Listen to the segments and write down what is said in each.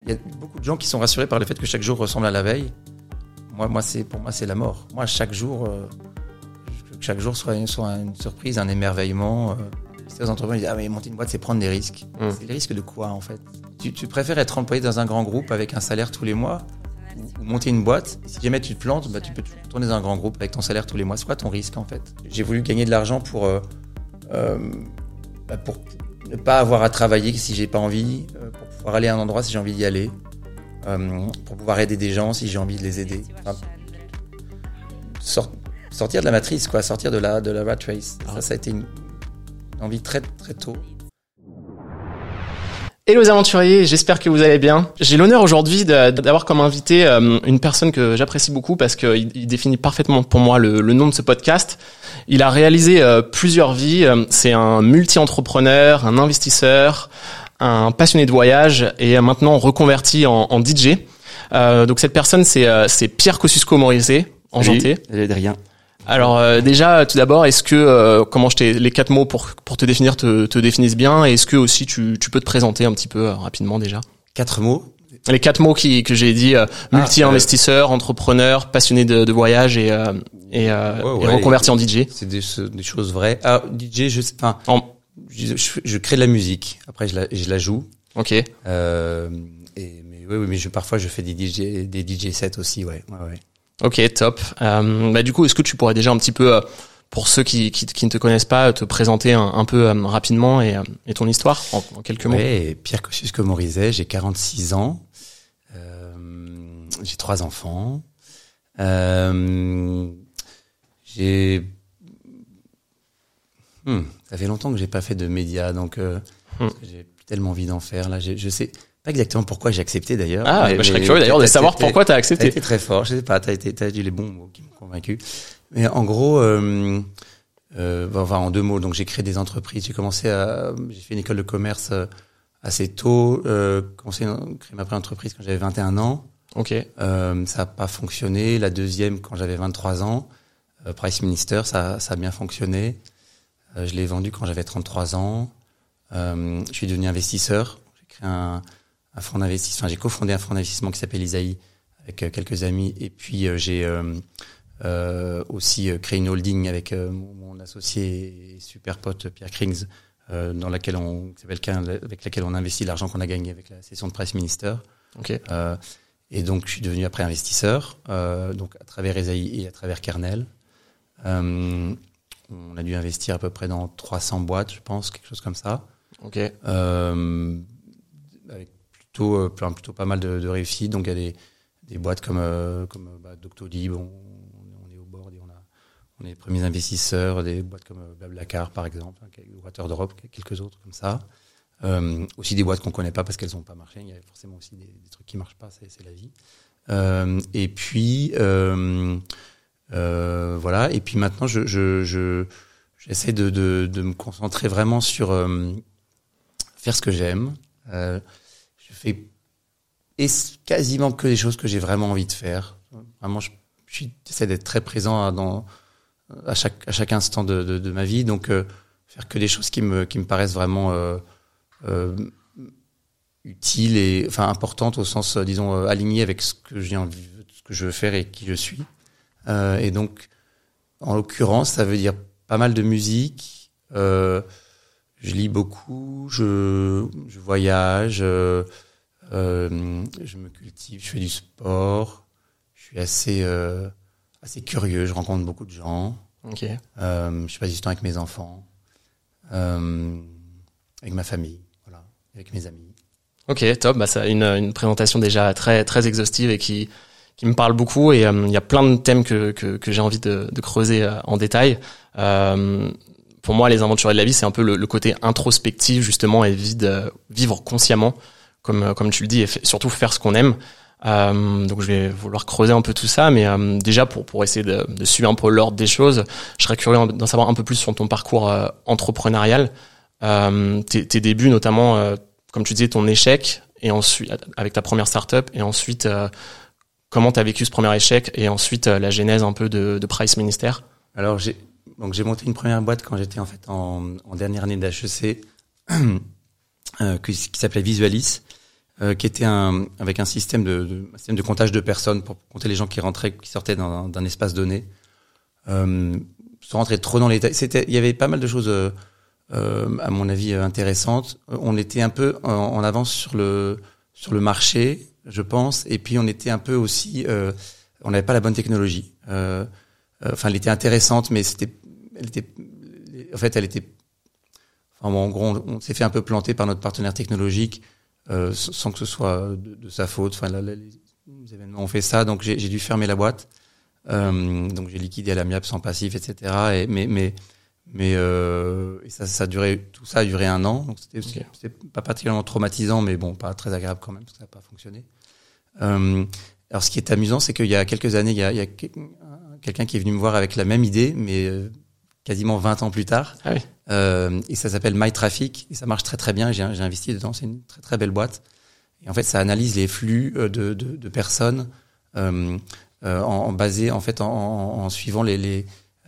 y a beaucoup de gens qui sont rassurés par le fait que chaque jour ressemble à la veille. Pour moi, c'est la mort. Moi, chaque jour soit une surprise, un émerveillement. Les entrepreneurs disent mais monter une boîte, c'est prendre des risques. C'est les risques de quoi en fait? Tu préfères être employé dans un grand groupe avec un salaire tous les mois ou monter une boîte? Si jamais tu te plantes, tu peux tourner dans un grand groupe avec ton salaire tous les mois. C'est quoi ton risque en fait? J'ai voulu gagner de l'argent pour ne pas avoir à travailler si j'ai pas envie, pour pouvoir aller à un endroit si j'ai envie d'y aller, pour pouvoir aider des gens si j'ai envie de les aider. Sortir de la matrice, quoi, sortir de la rat race. Ça a été une envie très très tôt. Hello les aventuriers, j'espère que vous allez bien. J'ai l'honneur aujourd'hui d'avoir comme invité une personne que j'apprécie beaucoup parce qu'il définit parfaitement pour moi le nom de ce podcast. Il a réalisé plusieurs vies. C'est un multi-entrepreneur, un investisseur, un passionné de voyage et maintenant reconverti en DJ. Donc cette personne, c'est Pierre Kosciusko-Morizet. Enchanté. Salut, de rien. Alors déjà, tout d'abord, est-ce que les 4 mots pour te définir te définissent bien, et est-ce que aussi tu peux te présenter un petit peu rapidement déjà? 4 mots. Les 4 mots que j'ai dit, multi-investisseur, entrepreneur, passionné de voyage et reconverti en DJ. C'est des choses vraies. Ah, DJ, je crée de la musique. Après, je la joue. Ok. Mais parfois je fais des DJ sets aussi, ouais. Ok, top. Du coup, est-ce que tu pourrais déjà un petit peu, pour ceux qui ne te connaissent pas, te présenter un peu rapidement et ton histoire en quelques mots? Ouais, Pierre Kosciusko-Morizet, j'ai 46 ans, j'ai 3 enfants, ça fait longtemps que j'ai pas fait de médias, donc parce que j'ai tellement envie d'en faire. Là, je sais pas exactement pourquoi j'ai accepté d'ailleurs. Je serais curieux d'ailleurs de savoir pourquoi t'as accepté. T'as été très fort, je sais pas, t'as dit les bons mots qui m'ont convaincu. Mais en gros, en 2 mots, donc j'ai créé des entreprises. J'ai fait une école de commerce assez tôt, commencé à créer ma première entreprise quand j'avais 21 ans. Ok. Ça a pas fonctionné. La deuxième quand j'avais 23 ans, Price Minister, ça a bien fonctionné. Je l'ai vendu quand j'avais 33 ans. Je suis devenu investisseur. J'ai créé un fonds d'investissement. J'ai cofondé un fonds d'investissement qui s'appelle Isaïe avec quelques amis. Et puis j'ai aussi créé une holding avec mon associé et super pote Pierre Krings, avec laquelle on investit l'argent qu'on a gagné avec la session de Price Minister. Okay. Et donc je suis devenu après investisseur, donc à travers Isaïe et à travers Kernel. On a dû investir à peu près dans 300 boîtes, je pense, quelque chose comme ça. Ok. Avec plutôt pas mal de réussite. Donc il y a des boîtes comme Doctolib, on est au board et on est les premiers investisseurs, des boîtes comme Blablacar par exemple, Waterdrop, quelques autres comme ça. Aussi des boîtes qu'on connaît pas parce qu'elles ont pas marché. Il y a forcément aussi des trucs qui marchent pas, c'est la vie. Et puis voilà. Et puis maintenant, j'essaie de me concentrer vraiment sur faire ce que j'aime. Je fais quasiment que des choses que j'ai vraiment envie de faire. Vraiment, j'essaie d'être très présent à chaque instant de ma vie. Donc, faire que des choses qui me paraissent vraiment utiles et importantes au sens, disons, alignées avec ce que j'ai envie, ce que je veux faire et qui je suis. Et donc, en l'occurrence, ça veut dire pas mal de musique. Je lis beaucoup, je voyage, je me cultive, je fais du sport. Je suis assez curieux, je rencontre beaucoup de gens. Ok. Je passe du temps avec mes enfants, avec ma famille, voilà, avec mes amis. Ok, top. Ça une présentation déjà très très exhaustive et qui me parle beaucoup, et il y a plein de thèmes que j'ai envie de creuser en détail. Pour moi, les aventuriers de la vie, c'est un peu le côté introspectif justement, et vivre consciemment, comme tu le dis, et surtout faire ce qu'on aime. Donc je vais vouloir creuser un peu tout ça, mais déjà pour essayer de suivre un peu l'ordre des choses, je serais curieux d'en savoir un peu plus sur ton parcours entrepreneurial, tes débuts notamment, comme tu disais, ton échec, et ensuite avec ta première startup, et ensuite comment t'as vécu ce premier échec, et ensuite la genèse un peu de Price Minister. Alors j'ai monté une première boîte quand j'étais en fait en dernière année d'HEC qui s'appelait Visualis. qui était avec un système de comptage de personnes pour compter les gens qui rentraient, qui sortaient d'un espace donné. Sans rentrer trop dans les détails, il y avait pas mal de choses, à mon avis, intéressantes. On était un peu en avance sur le marché, je pense, et puis on était un peu aussi, on n'avait pas la bonne technologie. Elle était intéressante, mais en gros, on s'est fait un peu planter par notre partenaire technologique, sans que ce soit de sa faute. Enfin, les événements ont fait ça, donc j'ai dû fermer la boîte. Donc j'ai liquidé à l'amiable sans passif, etc. Et ça a duré 1 an. Donc c'était pas particulièrement traumatisant, mais bon, pas très agréable quand même, parce que ça n'a pas fonctionné. Alors ce qui est amusant, c'est qu'il y a quelques années, il y a quelqu'un qui est venu me voir avec la même idée, mais quasiment 20 ans plus tard. Ah oui. Et ça s'appelle MyTraffic, et ça marche très très bien. J'ai investi dedans, c'est une très très belle boîte. Et en fait, ça analyse les flux de personnes en suivant les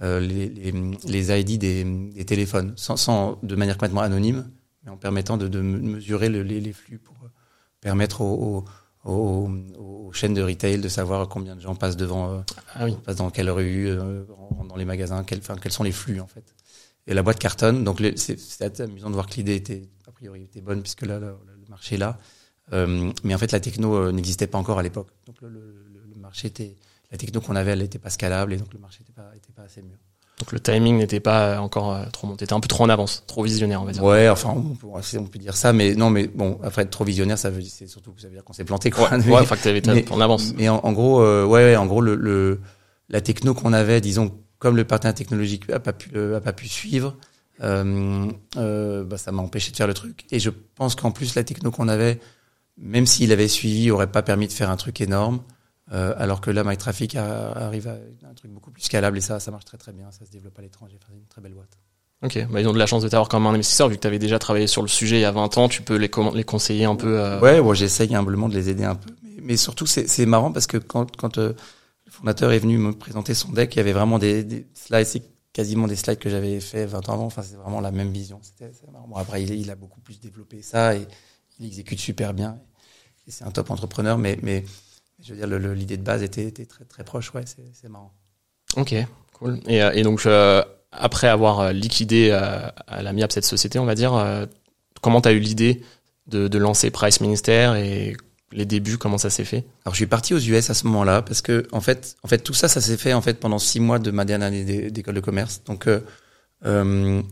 ID des téléphones, sans de manière complètement anonyme, mais en permettant de mesurer les flux pour permettre aux chaînes de retail de savoir combien de gens passent devant, passent dans quelle rue, dans les magasins, quels sont les flux en fait. Et la boîte cartonne, donc c'est amusant de voir que l'idée était bonne puisque là le marché est là, mais en fait la techno n'existait pas encore à l'époque, donc le marché était, la techno qu'on avait, elle n'était pas scalable et donc le marché était pas assez mûr. Donc le timing n'était pas encore trop bon. T'étais un peu trop en avance, trop visionnaire, on va dire. Ouais, enfin, on peut dire ça, mais non, mais bon, après être trop visionnaire, c'est surtout que ça veut dire qu'on s'est planté, quoi. Ouais, enfin que t'avais en avance. Mais en gros, en gros, la techno qu'on avait, disons, comme le partenaire technologique a pas pu suivre, ça m'a empêché de faire le truc. Et je pense qu'en plus, la techno qu'on avait, même s'il avait suivi, aurait pas permis de faire un truc énorme. Alors que là, MyTraffic arrive à un truc beaucoup plus scalable et ça marche très très bien. Ça se développe à l'étranger. C'est une très belle boîte. Ok, ils ont de la chance de t'avoir comme un investisseur, vu que tu avais déjà travaillé sur le sujet il y a 20 ans, tu peux les conseiller un peu. Ouais, j'essaye humblement de les aider un peu. Mais surtout, c'est marrant parce que quand le fondateur est venu me présenter son deck, il y avait vraiment des slides, c'est quasiment des slides que j'avais fait 20 ans avant. Enfin, c'est vraiment la même vision. C'est marrant. Bon, après, il a beaucoup plus développé ça et il exécute super bien. Et c'est un top entrepreneur, mais je veux dire, l'idée de base était très très proche, ouais, c'est marrant. Ok, cool. Et donc après avoir liquidé à l'amiable cette société, on va dire, comment t'as eu l'idée de lancer Price Minister et les débuts, comment ça s'est fait? Alors je suis parti aux US à ce moment-là parce que en fait tout ça s'est fait en fait pendant 6 mois de ma dernière année d'école de commerce. Donc quand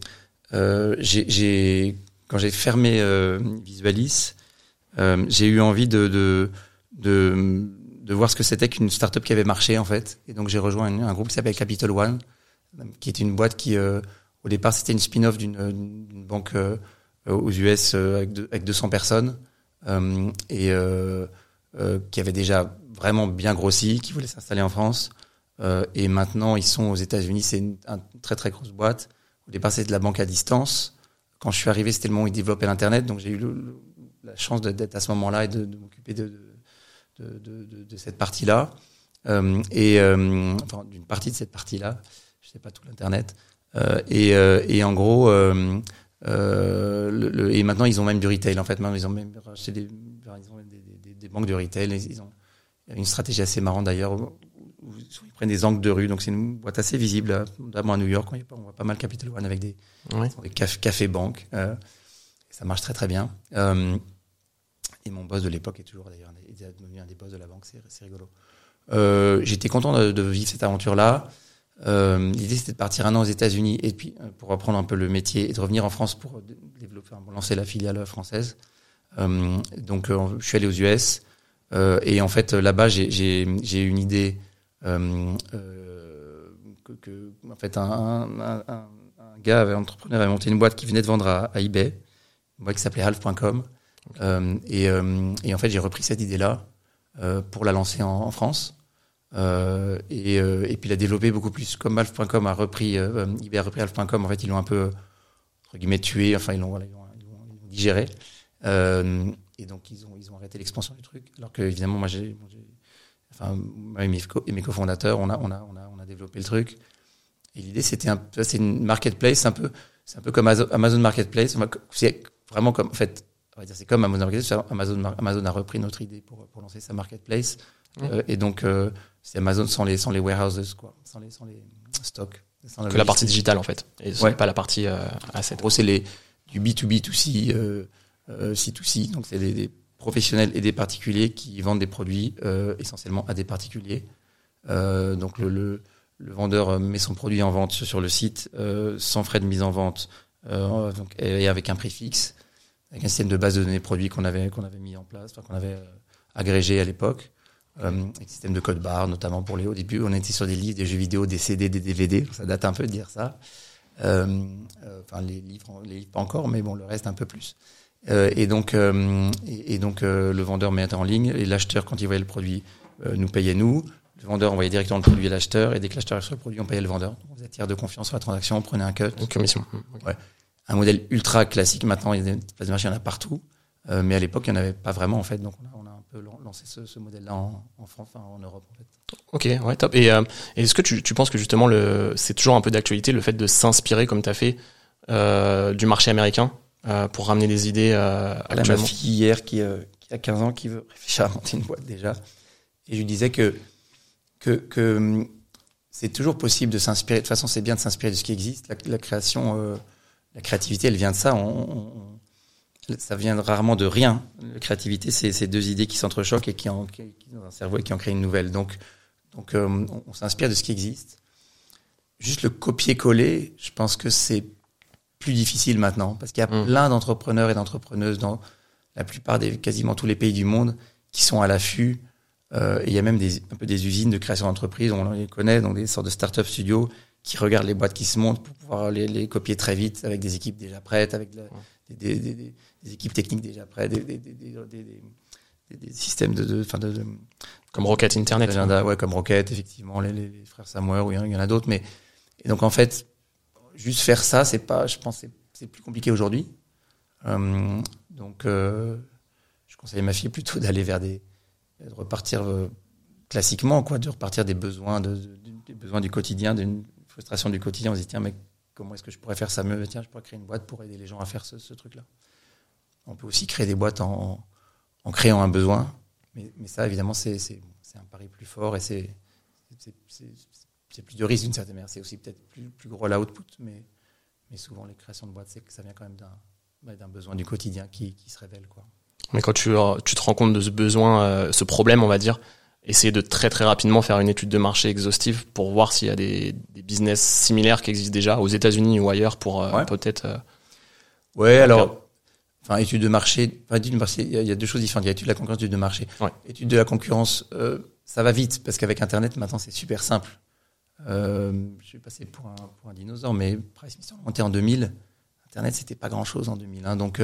j'ai fermé Visualis, j'ai eu envie de voir ce que c'était qu'une startup qui avait marché en fait, et donc j'ai rejoint un groupe qui s'appelle Capital One, qui est une boîte qui au départ c'était une spin-off d'une banque aux US avec 200 personnes qui avait déjà vraiment bien grossi, qui voulait s'installer en France, et maintenant ils sont aux États-Unis. C'est une très très grosse boîte. Au départ c'était de la banque à distance. Quand je suis arrivé, c'était le moment où ils développaient l'internet, donc j'ai eu la chance d'être à ce moment-là et de m'occuper de cette partie-là, d'une partie de cette partie-là. Je sais pas tout l'internet. Et en gros, et maintenant ils ont même du retail. En fait, maintenant ils ont même racheté des banques de retail. Il y a une stratégie assez marrante d'ailleurs où ils prennent des angles de rue. Donc c'est une boîte assez visible, notamment à New York. On voit pas mal Capital One avec des cafés-banques. Ça marche très très bien. Et mon boss de l'époque est toujours d'ailleurs devenu un des boss de la banque, c'est rigolo. J'étais content de vivre cette aventure-là. L'idée c'était de partir 1 an aux États-Unis et puis pour apprendre un peu le métier et de revenir en France pour lancer la filiale française. Donc je suis allé aux US et en fait là-bas j'ai eu une idée en fait un gars, un entrepreneur avait monté une boîte qui venait de vendre à eBay, une boîte qui s'appelait half.com. Et en fait j'ai repris cette idée-là pour la lancer en France et puis la développer beaucoup plus. Comme half.com a repris eBay a repris half.com, en fait ils l'ont un peu entre guillemets tué, enfin ils l'ont digéré et donc ils ont arrêté l'expansion du truc, alors que évidemment moi moi et mes cofondateurs on a développé le truc. Et l'idée c'est une marketplace, c'est un peu comme Amazon Marketplace, c'est vraiment comme en fait pourrais dire, c'est comme Amazon Marketplace. Amazon a repris notre idée pour lancer sa marketplace. Et donc, c'est Amazon sans les warehouses, quoi. Sans les stocks. Que la partie digitale, en fait. Et pas la partie asset. En gros, c'est du B2B2C, C2C. Donc, c'est des professionnels et des particuliers qui vendent des produits essentiellement à des particuliers. Donc, le vendeur met son produit en vente sur le site sans frais de mise en vente et avec un prix fixe, avec un système de base de données produits qu'on avait mis en place, qu'on avait agrégé à l'époque, avec système de code barre, notamment pour au début, on était sur des livres, des jeux vidéo, des CD, des DVD, ça date un peu de dire ça. Les livres pas encore, mais bon, le reste un peu plus. Et donc le vendeur mettait en ligne et l'acheteur, quand il voyait le produit, nous payait nous. Le vendeur envoyait directement le produit à l'acheteur et dès que l'acheteur achetait le produit, on payait le vendeur. On faisait tiers de confiance sur la transaction, on prenait un cut. Une commission. Okay. Ouais. Un modèle ultra classique. Maintenant, il y a des places de marché, il y en a partout. Mais à l'époque, il n'y en avait pas vraiment, en fait. Donc, on a un peu lancé ce modèle-là en France, en Europe, en fait. Ok, ouais, top. Et est-ce que tu penses que justement, c'est toujours un peu d'actualité, le fait de s'inspirer, comme tu as fait, du marché américain pour ramener des idées actuellement? Ma fille hier, qui a 15 ans, qui veut réfléchir à monter une boîte déjà. Et je lui disais que c'est toujours possible de s'inspirer. De toute façon, c'est bien de s'inspirer de ce qui existe. La création, la créativité, elle vient de ça. Ça vient rarement de rien. La créativité, c'est deux idées qui s'entrechoquent et qui dans un cerveau et qui en créent une nouvelle. Donc on s'inspire de ce qui existe. Juste le copier-coller, je pense que c'est plus difficile maintenant parce qu'il y a plein d'entrepreneurs et d'entrepreneuses dans la plupart quasiment tous les pays du monde qui sont à l'affût. Et il y a même un peu des usines de création d'entreprises, on les connaît, donc des sortes de start-up studios qui regardent les boîtes qui se montent pour pouvoir les copier très vite avec des équipes déjà prêtes, avec des équipes techniques déjà prêtes, des systèmes comme Rocket Internet. Ouais, comme Rocket, effectivement, les frères Samwer, ou il y en a d'autres. Mais et donc en fait, juste faire ça, je pense, c'est plus compliqué aujourd'hui. Donc, je conseille à ma fille plutôt d'aller vers de repartir classiquement, quoi, de repartir des besoins des besoins du quotidien, d'une frustration du quotidien. On se dit, tiens, mais comment est-ce que je pourrais faire ça mieux? Tiens, je pourrais créer une boîte pour aider les gens à faire ce truc-là. On peut aussi créer des boîtes en créant un besoin, mais ça, évidemment, c'est un pari plus fort et c'est plus de risque d'une certaine manière. C'est aussi peut-être plus gros l'output, mais souvent les créations de boîtes, c'est que ça vient quand même d'un besoin du quotidien qui se révèle, quoi. Mais quand tu te rends compte de ce besoin, ce problème, on va dire, essayer de très très rapidement faire une étude de marché exhaustive pour voir s'il y a des business similaires qui existent déjà aux États-Unis ou ailleurs pour peut-être. Alors, étude de marché. Il y a deux choses différentes. Il y a étude de la concurrence, étude de marché. Ouais. Étude de la concurrence, ça va vite parce qu'avec Internet maintenant c'est super simple. Je suis passé pour un dinosaure, mais Price monté en 2000. Internet c'était pas grand-chose en 2001, donc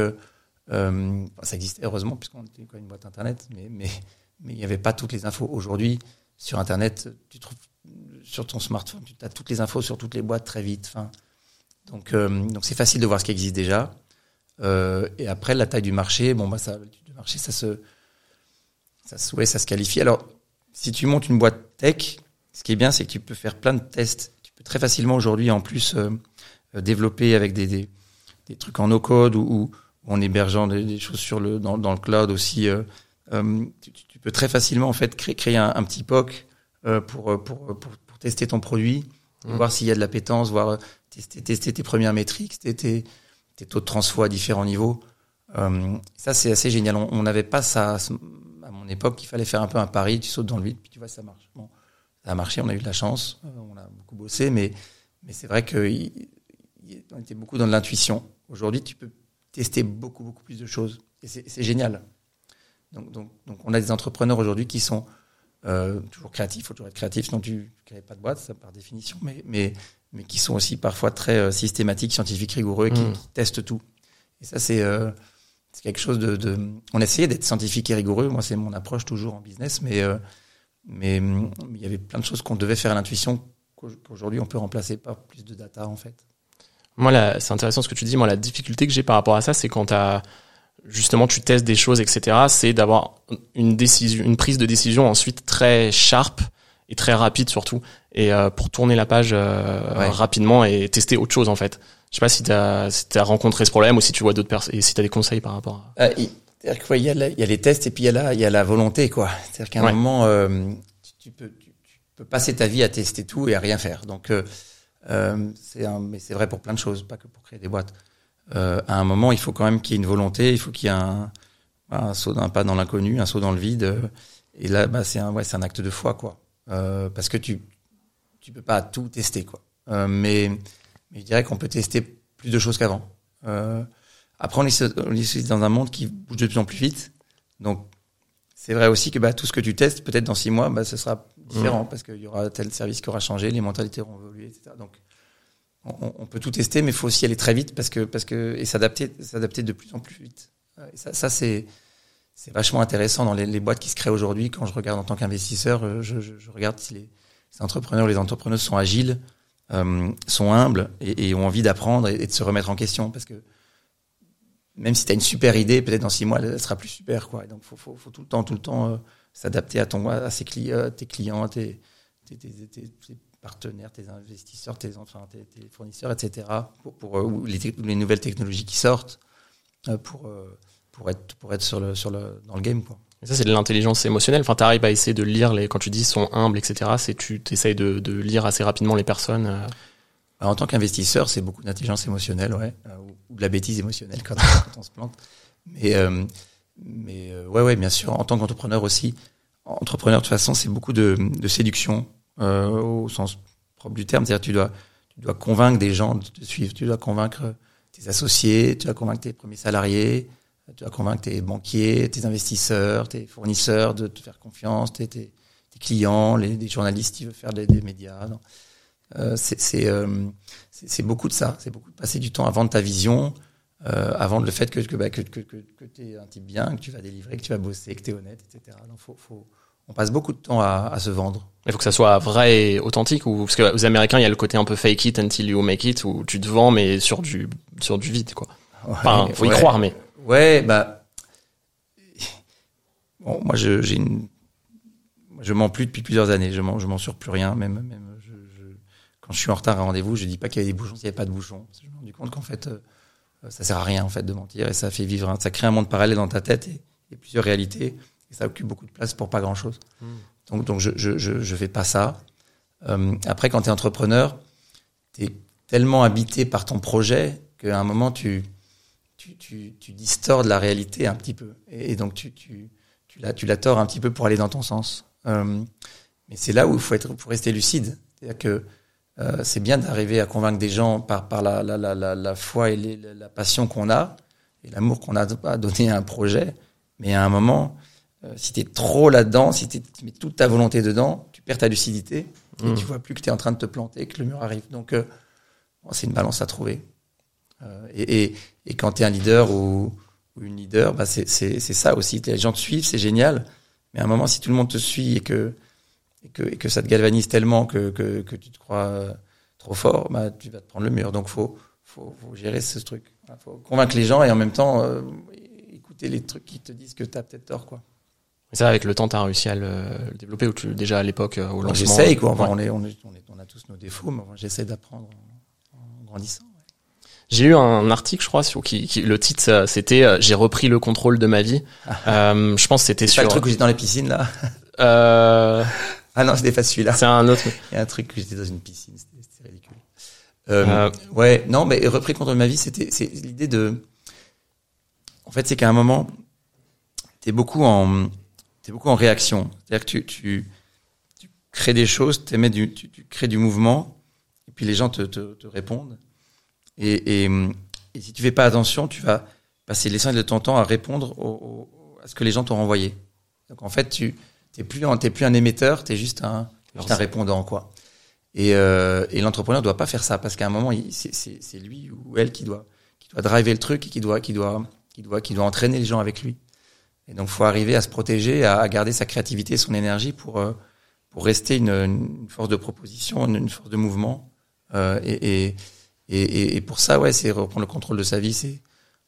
ça existait heureusement puisqu'on était quoi, une boîte Internet, mais il n'y avait pas toutes les infos. Aujourd'hui, sur Internet, tu trouves sur ton smartphone, tu as toutes les infos sur toutes les boîtes très vite. Donc c'est facile de voir ce qui existe déjà. Et après, la taille du marché, l'étude de marché, ça se qualifie. Alors, si tu montes une boîte tech, ce qui est bien, c'est que tu peux faire plein de tests. Tu peux très facilement aujourd'hui, en plus, développer avec des trucs en no-code ou en hébergeant des choses dans le cloud aussi. Tu peux très facilement en fait créer un petit POC pour tester ton produit, voir s'il y a de l'appétence, voir tester tes premières métriques, tes taux de transfo à différents niveaux. Ça c'est assez génial. On n'avait pas ça à mon époque. Il fallait faire un peu un pari, tu sautes dans le vide puis tu vois si ça marche. Bon, ça a marché, on a eu de la chance, on a beaucoup bossé, mais c'est vrai que on était beaucoup dans de l'intuition. Aujourd'hui, tu peux tester beaucoup beaucoup plus de choses et c'est génial. Donc on a des entrepreneurs aujourd'hui qui sont toujours créatifs, il faut toujours être créatif, sinon tu ne crées pas de boîte, ça par définition, mais qui sont aussi parfois très systématiques, scientifiques, rigoureux, qui testent tout. Et ça, c'est quelque chose on essayait d'être scientifique et rigoureux, moi c'est mon approche toujours en business, mais il y avait plein de choses qu'on devait faire à l'intuition qu'aujourd'hui on peut remplacer par plus de data en fait. Moi, c'est intéressant ce que tu dis. Moi, la difficulté que j'ai par rapport à ça, c'est quand justement tu testes des choses, etc. C'est d'avoir une prise de décision ensuite très sharp et très rapide surtout, et pour tourner la page rapidement et tester autre chose en fait. Je sais pas si t'as rencontré ce problème ou si tu vois d'autres personnes et si t'as des conseils par rapport à... C'est-à-dire qu'il y a les tests et puis il y a la volonté, quoi. C'est-à-dire qu'à un moment, tu peux passer ta vie à tester tout et à rien faire. Donc, mais c'est vrai pour plein de choses, pas que pour créer des boîtes. À un moment, il faut quand même qu'il y ait une volonté, il faut qu'il y ait un saut d'un pas dans l'inconnu, un saut dans le vide. Et là, c'est un acte de foi, quoi. Parce que tu peux pas tout tester, quoi. Mais je dirais qu'on peut tester plus de choses qu'avant. Après, on est dans un monde qui bouge de plus en plus vite. Donc, c'est vrai aussi que tout ce que tu testes, peut-être dans 6 mois, ce sera différent parce qu'il y aura tel service qui aura changé, les mentalités auront évolué, etc. Donc, on peut tout tester, mais il faut aussi aller très vite parce que et s'adapter de plus en plus vite. Et ça c'est vachement intéressant dans les boîtes qui se créent aujourd'hui. Quand je regarde en tant qu'investisseur, je regarde si les entrepreneurs ou les entrepreneuses sont agiles, sont humbles et ont envie d'apprendre et de se remettre en question parce que même si tu as une super idée, peut-être dans 6 mois, elle sera plus super, quoi. Et donc, faut tout le temps s'adapter à tes clients, tes partenaires, tes investisseurs, tes fournisseurs, etc. Ou les nouvelles technologies qui sortent, pour être dans le game, quoi. Et ça, c'est de l'intelligence émotionnelle. Enfin, t'arrives à essayer de lire quand tu dis sont humbles, etc. Tu t'essayes de lire assez rapidement les personnes. En tant qu'investisseur, c'est beaucoup d'intelligence émotionnelle, ou de la bêtise émotionnelle quand on se plante. Mais bien sûr. En tant qu'entrepreneur aussi, entrepreneur de toute façon, c'est beaucoup de séduction au sens propre du terme. C'est-à-dire tu dois convaincre des gens de te suivre, tu dois convaincre tes associés, tu dois convaincre tes premiers salariés, tu dois convaincre tes banquiers, tes investisseurs, tes fournisseurs de te faire confiance, tes clients, les journalistes qui veulent faire des médias. Non. C'est beaucoup de ça, c'est beaucoup de passer du temps à vendre ta vision, à vendre le fait que t'es un type bien, que tu vas délivrer, que tu vas bosser, que t'es honnête, etc. Donc on passe beaucoup de temps à se vendre. Il faut que ça soit vrai et authentique, parce que aux Américains il y a le côté un peu fake it until you make it, où tu te vends mais sur du vide, quoi. Enfin, faut y croire, mais bon, moi je mens plus depuis plusieurs années, je mensure plus rien, même quand je suis en retard à un rendez-vous, je dis pas qu'il y avait des bouchons s'il n'y avait pas de bouchons. Je me suis rendu compte qu'en fait, ça sert à rien en fait de mentir et ça fait vivre, ça crée un monde parallèle dans ta tête et plusieurs réalités et ça occupe beaucoup de place pour pas grand chose. Donc je fais pas ça. Après, quand t'es entrepreneur, t'es tellement habité par ton projet qu'à un moment tu distors de la réalité un petit peu et donc tu la tords un petit peu pour aller dans ton sens. Mais c'est là où il faut rester lucide. C'est-à-dire que c'est bien d'arriver à convaincre des gens par la foi et la passion qu'on a et l'amour qu'on a à donner à un projet. Mais à un moment, si t'es trop là-dedans, si tu mets toute ta volonté dedans, tu perds ta lucidité et tu vois plus que t'es en train de te planter, que le mur arrive. Donc, c'est une balance à trouver. Et quand t'es un leader ou une leader, c'est ça aussi. Les gens te suivent, c'est génial. Mais à un moment, si tout le monde te suit et que ça te galvanise tellement que tu te crois trop fort, tu vas te prendre le mur. Donc faut gérer ce truc. Faut convaincre les gens et en même temps écouter les trucs qui te disent que t'as peut-être tort, quoi. Et ça, avec le temps, t'as réussi à le développer, ou déjà à l'époque au lancement. J'essaye, quoi. Enfin, on a tous nos défauts, mais j'essaie d'apprendre en grandissant. Ouais. J'ai eu un article, je crois, qui le titre c'était j'ai repris le contrôle de ma vie. Je pense que c'était sur pas le truc où j'étais dans la piscine là. Ah non, c'était pas celui-là. C'est un autre. Il y a un truc que j'étais dans une piscine, c'était ridicule. Ouais, non, mais repris contre ma vie, c'est l'idée de. En fait, c'est qu'à un moment, t'es beaucoup en réaction. C'est-à-dire que tu crées des choses, tu crées du mouvement, et puis les gens te répondent. Et si tu fais pas attention, tu vas passer l'essentiel de ton temps à répondre à ce que les gens t'ont renvoyé. Donc en fait, t'es plus un émetteur, t'es juste un répondant, quoi. Et l'entrepreneur doit pas faire ça parce qu'à un moment, c'est lui ou elle qui doit driver le truc et qui doit entraîner les gens avec lui. Et donc, faut arriver à se protéger, à garder sa créativité, son énergie pour rester une force de proposition, une force de mouvement. Et pour ça, ouais, c'est reprendre le contrôle de sa vie. C'est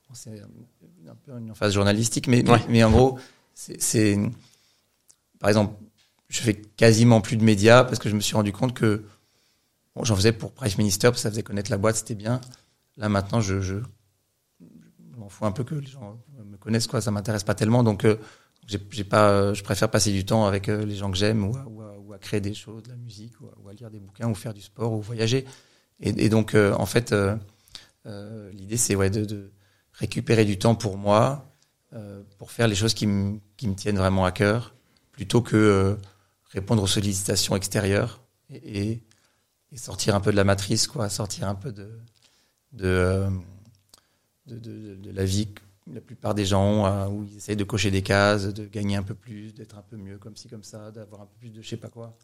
un peu une phase journalistique, mais en gros, c'est par exemple, je fais quasiment plus de médias parce que je me suis rendu compte que j'en faisais pour Price Minister parce que ça faisait connaître la boîte, c'était bien. Là maintenant, je m'en fous un peu que les gens me connaissent, quoi. Ça m'intéresse pas tellement, donc je préfère passer du temps avec les gens que j'aime ou à créer des choses, de la musique, ou à lire des bouquins, ou faire du sport, ou voyager. Et donc, en fait, l'idée, c'est de récupérer du temps pour moi, pour faire les choses qui me tiennent vraiment à cœur, plutôt que répondre aux sollicitations extérieures et sortir un peu de la matrice, quoi, sortir un peu de la vie que la plupart des gens ont, où ils essayent de cocher des cases, de gagner un peu plus, d'être un peu mieux comme ci, comme ça, d'avoir un peu plus de je sais pas quoi.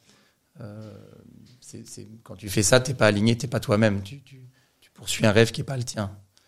Quand tu fais ça, t'es pas aligné, t'es pas toi-même. Tu poursuis un rêve qui est pas le tien.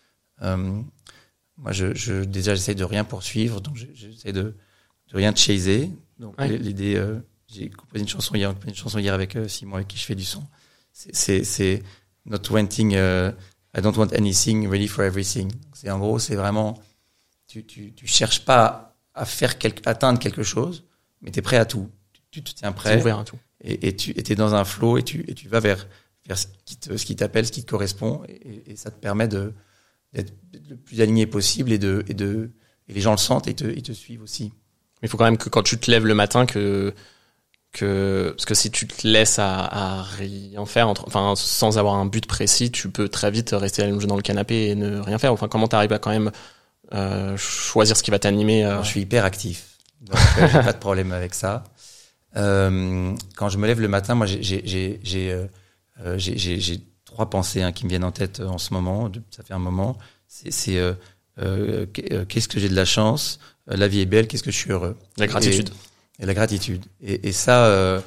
Moi, déjà, j'essaie de rien poursuivre, donc j'essaie de rien chaser. Donc, l'idée, j'ai composé une chanson hier avec Simon, avec qui je fais du son. C'est not wanting, I don't want anything, ready for everything. En gros, c'est vraiment, tu cherches pas à atteindre quelque chose, mais t'es prêt à tout. Tu te tiens prêt. T'es ouvert à tout. Et t'es dans un flow et tu vas vers ce qui t'appelle, ce qui te correspond, et ça te permet d'être le plus aligné possible et les gens le sentent et ils te suivent aussi. Il faut quand même que quand tu te lèves le matin parce que si tu te laisses à rien faire, sans avoir un but précis, tu peux très vite rester allongé dans le canapé et ne rien faire. Enfin, comment t'arrives à quand même choisir ce qui va t'animer Je suis hyper actif, donc j'ai pas de problème avec ça. Quand je me lève le matin, moi j'ai 3 pensées qui me viennent en tête en ce moment. Ça fait un moment. C'est qu'est-ce que j'ai de la chance, la vie est belle, qu'est-ce que je suis heureux. La gratitude. Et la gratitude. Et ça,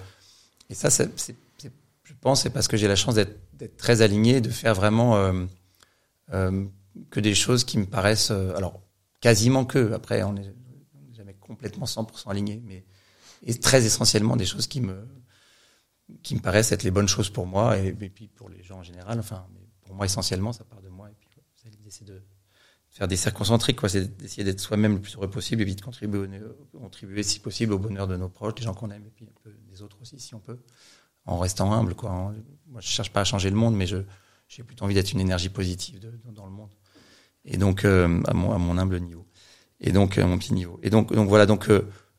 je pense, c'est parce que j'ai la chance d'être très aligné, de faire vraiment que des choses qui me paraissent, alors quasiment que. Après, on n'est jamais complètement 100% aligné, mais et très essentiellement des choses qui me paraissent être les bonnes choses pour moi et puis pour les gens en général. Enfin, mais pour moi essentiellement, ça part de moi. Et puis l'idée, c'est de faire des cercles concentriques, quoi. C'est d'essayer d'être soi-même le plus heureux possible et puis de contribuer si possible au bonheur de nos proches, des gens qu'on aime et puis un peu des autres aussi si on peut, en restant humble, quoi. Moi, je cherche pas à changer le monde, mais j'ai plutôt envie d'être une énergie positive dans le monde. Et donc à mon humble niveau. Et donc à mon petit niveau. Et donc voilà. Donc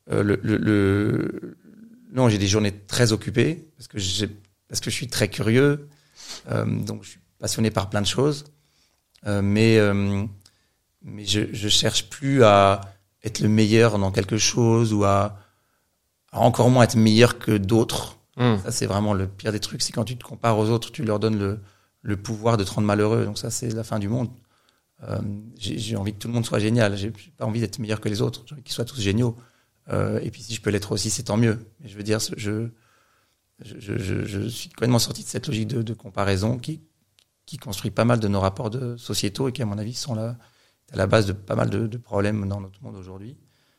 non, j'ai des journées très occupées parce que je suis très curieux. Donc je suis passionné par plein de choses. Mais je cherche plus à être le meilleur dans quelque chose ou à encore moins être meilleur que d'autres. Ça, c'est vraiment le pire des trucs. C'est quand tu te compares aux autres, tu leur donnes le pouvoir de te rendre malheureux. Donc ça, c'est la fin du monde. J'ai envie que tout le monde soit génial. J'ai pas envie d'être meilleur que les autres. J'ai envie qu'ils soient tous géniaux. Et puis si je peux l'être aussi, c'est tant mieux. Mais je veux dire, je suis complètement sorti de cette logique de comparaison qui construit pas mal de nos rapports sociétaux et qui, à mon avis, sont là à la base de pas mal de problèmes dans notre monde aujourd'hui.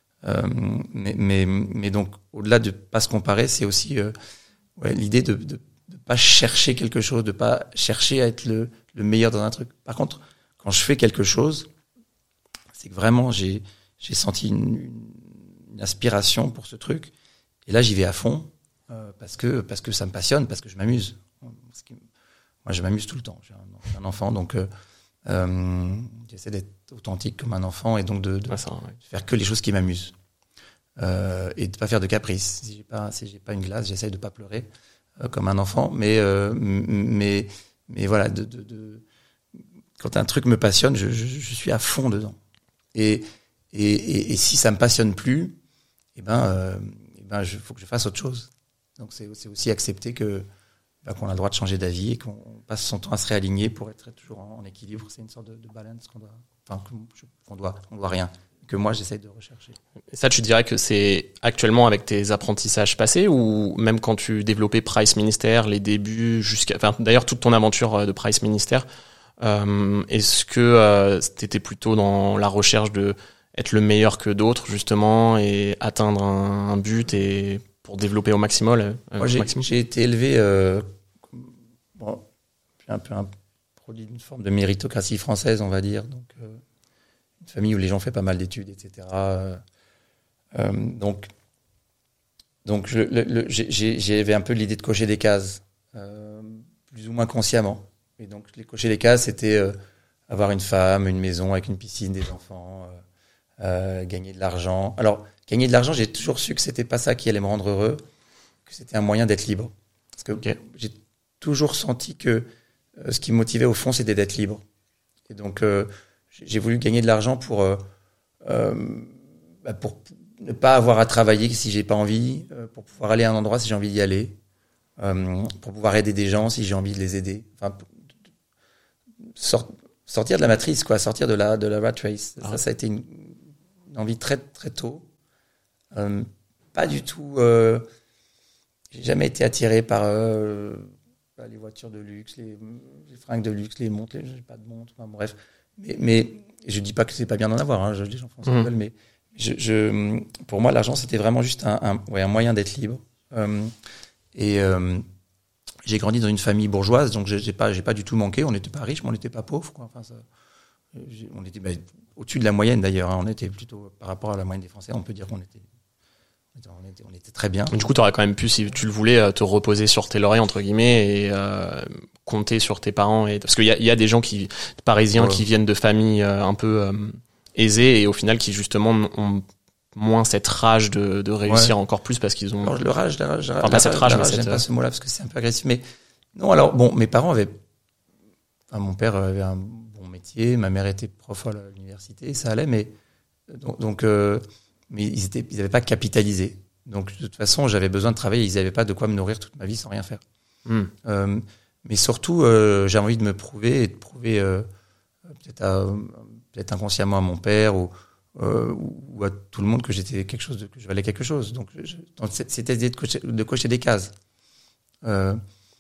Mais donc, au-delà de pas se comparer, c'est aussi l'idée de pas chercher quelque chose, de pas chercher à être le meilleur dans un truc. Par contre, quand je fais quelque chose, c'est que vraiment j'ai senti une aspiration pour ce truc. Et là, j'y vais à fond parce que ça me passionne, parce que je m'amuse. Moi, je m'amuse tout le temps. J'ai un enfant, donc j'essaie d'être authentique comme un enfant et donc de faire que les choses qui m'amusent et de pas faire de caprices. Si j'ai pas une glace, j'essaie de pas pleurer comme un enfant. Mais voilà, quand un truc me passionne, je suis à fond dedans. Et si ça me passionne plus, faut que je fasse autre chose. Donc c'est aussi accepter qu'on a le droit de changer d'avis et qu'on passe son temps à se réaligner pour être toujours en équilibre. C'est une qu'on doit rien. Que moi, j'essaye de rechercher. Et ça, tu dirais que c'est actuellement avec tes apprentissages passés ou même quand tu développais Price Minister, les débuts d'ailleurs toute ton aventure de Price Minister, est-ce que t'étais plutôt dans la recherche de être le meilleur que d'autres justement et atteindre un but et pour développer au maximum? Moi, j'ai été élevé, un peu un produit d'une forme de méritocratie française, on va dire. Donc, une famille où les gens font pas mal d'études, etc. Donc, j'avais un peu l'idée de cocher des cases, plus ou moins consciemment. Et donc, cocher les cases, c'était avoir une femme, une maison avec une piscine, des enfants, gagner de l'argent. Alors, gagner de l'argent, j'ai toujours su que c'était pas ça qui allait me rendre heureux, que c'était un moyen d'être libre. Parce que j'ai toujours senti que ce qui me motivait au fond, c'était d'être libre. Et donc, j'ai voulu gagner de l'argent pour ne pas avoir à travailler si j'ai pas envie, pour pouvoir aller à un endroit si j'ai envie d'y aller, pour pouvoir aider des gens si j'ai envie de les aider. Enfin, sortir de la matrice, quoi, sortir de la rat race. Ça a été une envie très très tôt. Pas du tout. J'ai jamais été attiré par les voitures de luxe, les fringues de luxe, les montres. J'ai pas de montre. Enfin, bref. Mais je dis pas que c'est pas bien d'en avoir. Hein, les gens font ce qu'ils veulent, mais pour moi, l'argent, c'était vraiment juste un moyen d'être libre. J'ai grandi dans une famille bourgeoise, donc j'ai pas du tout manqué. On n'était pas riches, mais on n'était pas pauvres, quoi. Enfin, on était au-dessus de la moyenne d'ailleurs. Hein. On était plutôt par rapport à la moyenne des Français. On peut dire qu'on était très bien. Du coup, tu aurais quand même pu, si tu le voulais, te reposer sur tes lauriers entre guillemets et compter sur tes parents. Parce qu'il y a des gens parisiens qui viennent de familles un peu aisées et au final qui justement ont moins cette rage de réussir encore plus parce qu'ils ont. Alors, le rage, j'aime pas ce mot-là parce que c'est un peu agressif. Mais non, alors bon, mes parents avaient. Enfin, mon père avait un bon métier, ma mère était prof à l'université, ça allait, mais mais ils avaient pas capitalisé. Donc de toute façon, j'avais besoin de travailler, ils avaient pas de quoi me nourrir toute ma vie sans rien faire. Mais surtout, j'ai envie de me prouver et de prouver peut-être inconsciemment à mon père ou à tout le monde que j'étais que je valais quelque chose. Donc c'était l'idée de cocher des cases. Dès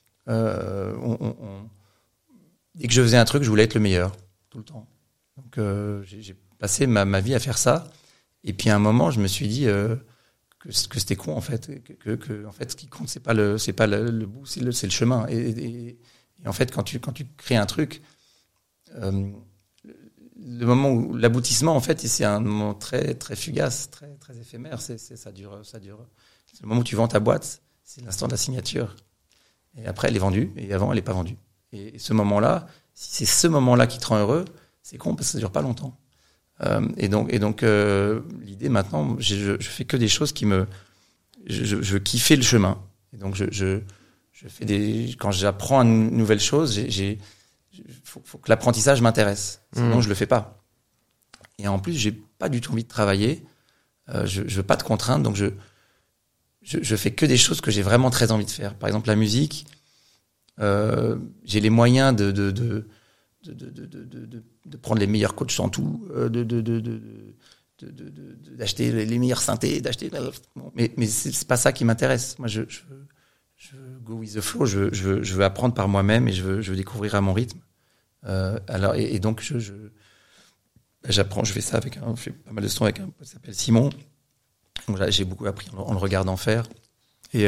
que je faisais un truc, je voulais être le meilleur tout le temps. Donc j'ai passé ma vie à faire ça. Et puis à un moment, je me suis dit que c'était con en fait, que en fait ce qui compte c'est pas le bout, c'est le chemin. Et en fait quand tu crées un truc, le moment où l'aboutissement en fait, c'est un moment très très fugace, très très éphémère. Ça dure. C'est le moment où tu vends ta boîte, c'est l'instant de la signature. Et après elle est vendue et avant elle est pas vendue. Et ce moment-là, si c'est ce moment-là qui te rend heureux, c'est con parce que ça dure pas longtemps. Et donc l'idée maintenant, je fais que des choses qui je veux kiffer le chemin. Et donc je fais quand j'apprends une nouvelle chose, faut que l'apprentissage m'intéresse. Sinon je le fais pas. Et en plus j'ai pas du tout envie de travailler. Je veux pas de contraintes, donc je fais que des choses que j'ai vraiment très envie de faire. Par exemple la musique, j'ai les moyens de prendre les meilleurs coachs en tout, d'acheter les meilleurs synthés, mais c'est pas ça qui m'intéresse. Moi, je go with the flow. Je veux apprendre par moi-même et je veux découvrir à mon rythme. Alors et donc j'apprends. Je fais ça je fais pas mal de sons avec un pote qui s'appelle Simon. Donc j'ai beaucoup appris en le regardant faire. Et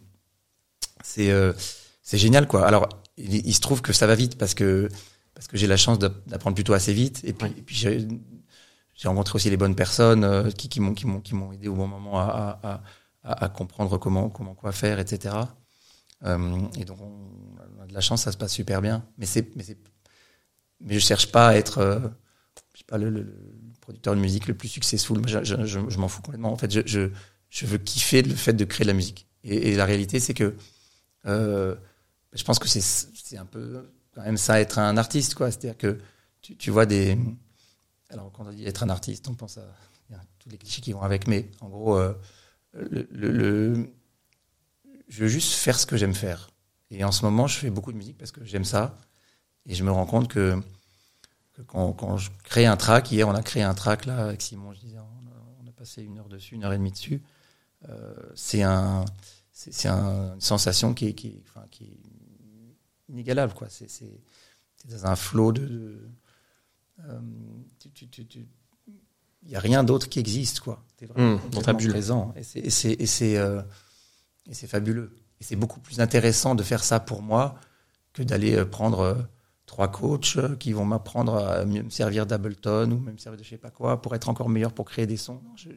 c'est génial, quoi. Alors il se trouve que ça va vite parce que j'ai la chance d'apprendre plutôt assez vite. Et puis j'ai rencontré aussi les bonnes personnes qui m'ont aidé au bon moment à comprendre quoi faire, etc. Et donc on a de la chance, ça se passe super bien. Mais je cherche pas à être je sais pas le producteur de musique le plus successful. Je m'en fous complètement. En fait, je veux kiffer le fait de créer de la musique. Et la réalité, c'est que je pense que c'est un peu quand même ça, être un artiste, quoi. C'est-à-dire que tu vois alors quand on dit être un artiste, on pense à tous les clichés qui vont avec, mais en gros je veux juste faire ce que j'aime faire. Et en ce moment je fais beaucoup de musique parce que j'aime ça, et je me rends compte que quand je crée un track, hier on a créé un track là avec Simon, je disais, on a passé 1 heure dessus, 1h30 dessus, c'est une sensation qui est inégalable, quoi. C'est dans un flot il y a rien d'autre qui existe, quoi. T'es vraiment dans ta bulle. Présent, et c'est fabuleux. Et c'est beaucoup plus intéressant de faire ça pour moi que d'aller prendre 3 coachs qui vont m'apprendre à mieux me servir d'Ableton ou même servir de je sais pas quoi pour être encore meilleur pour créer des sons. Je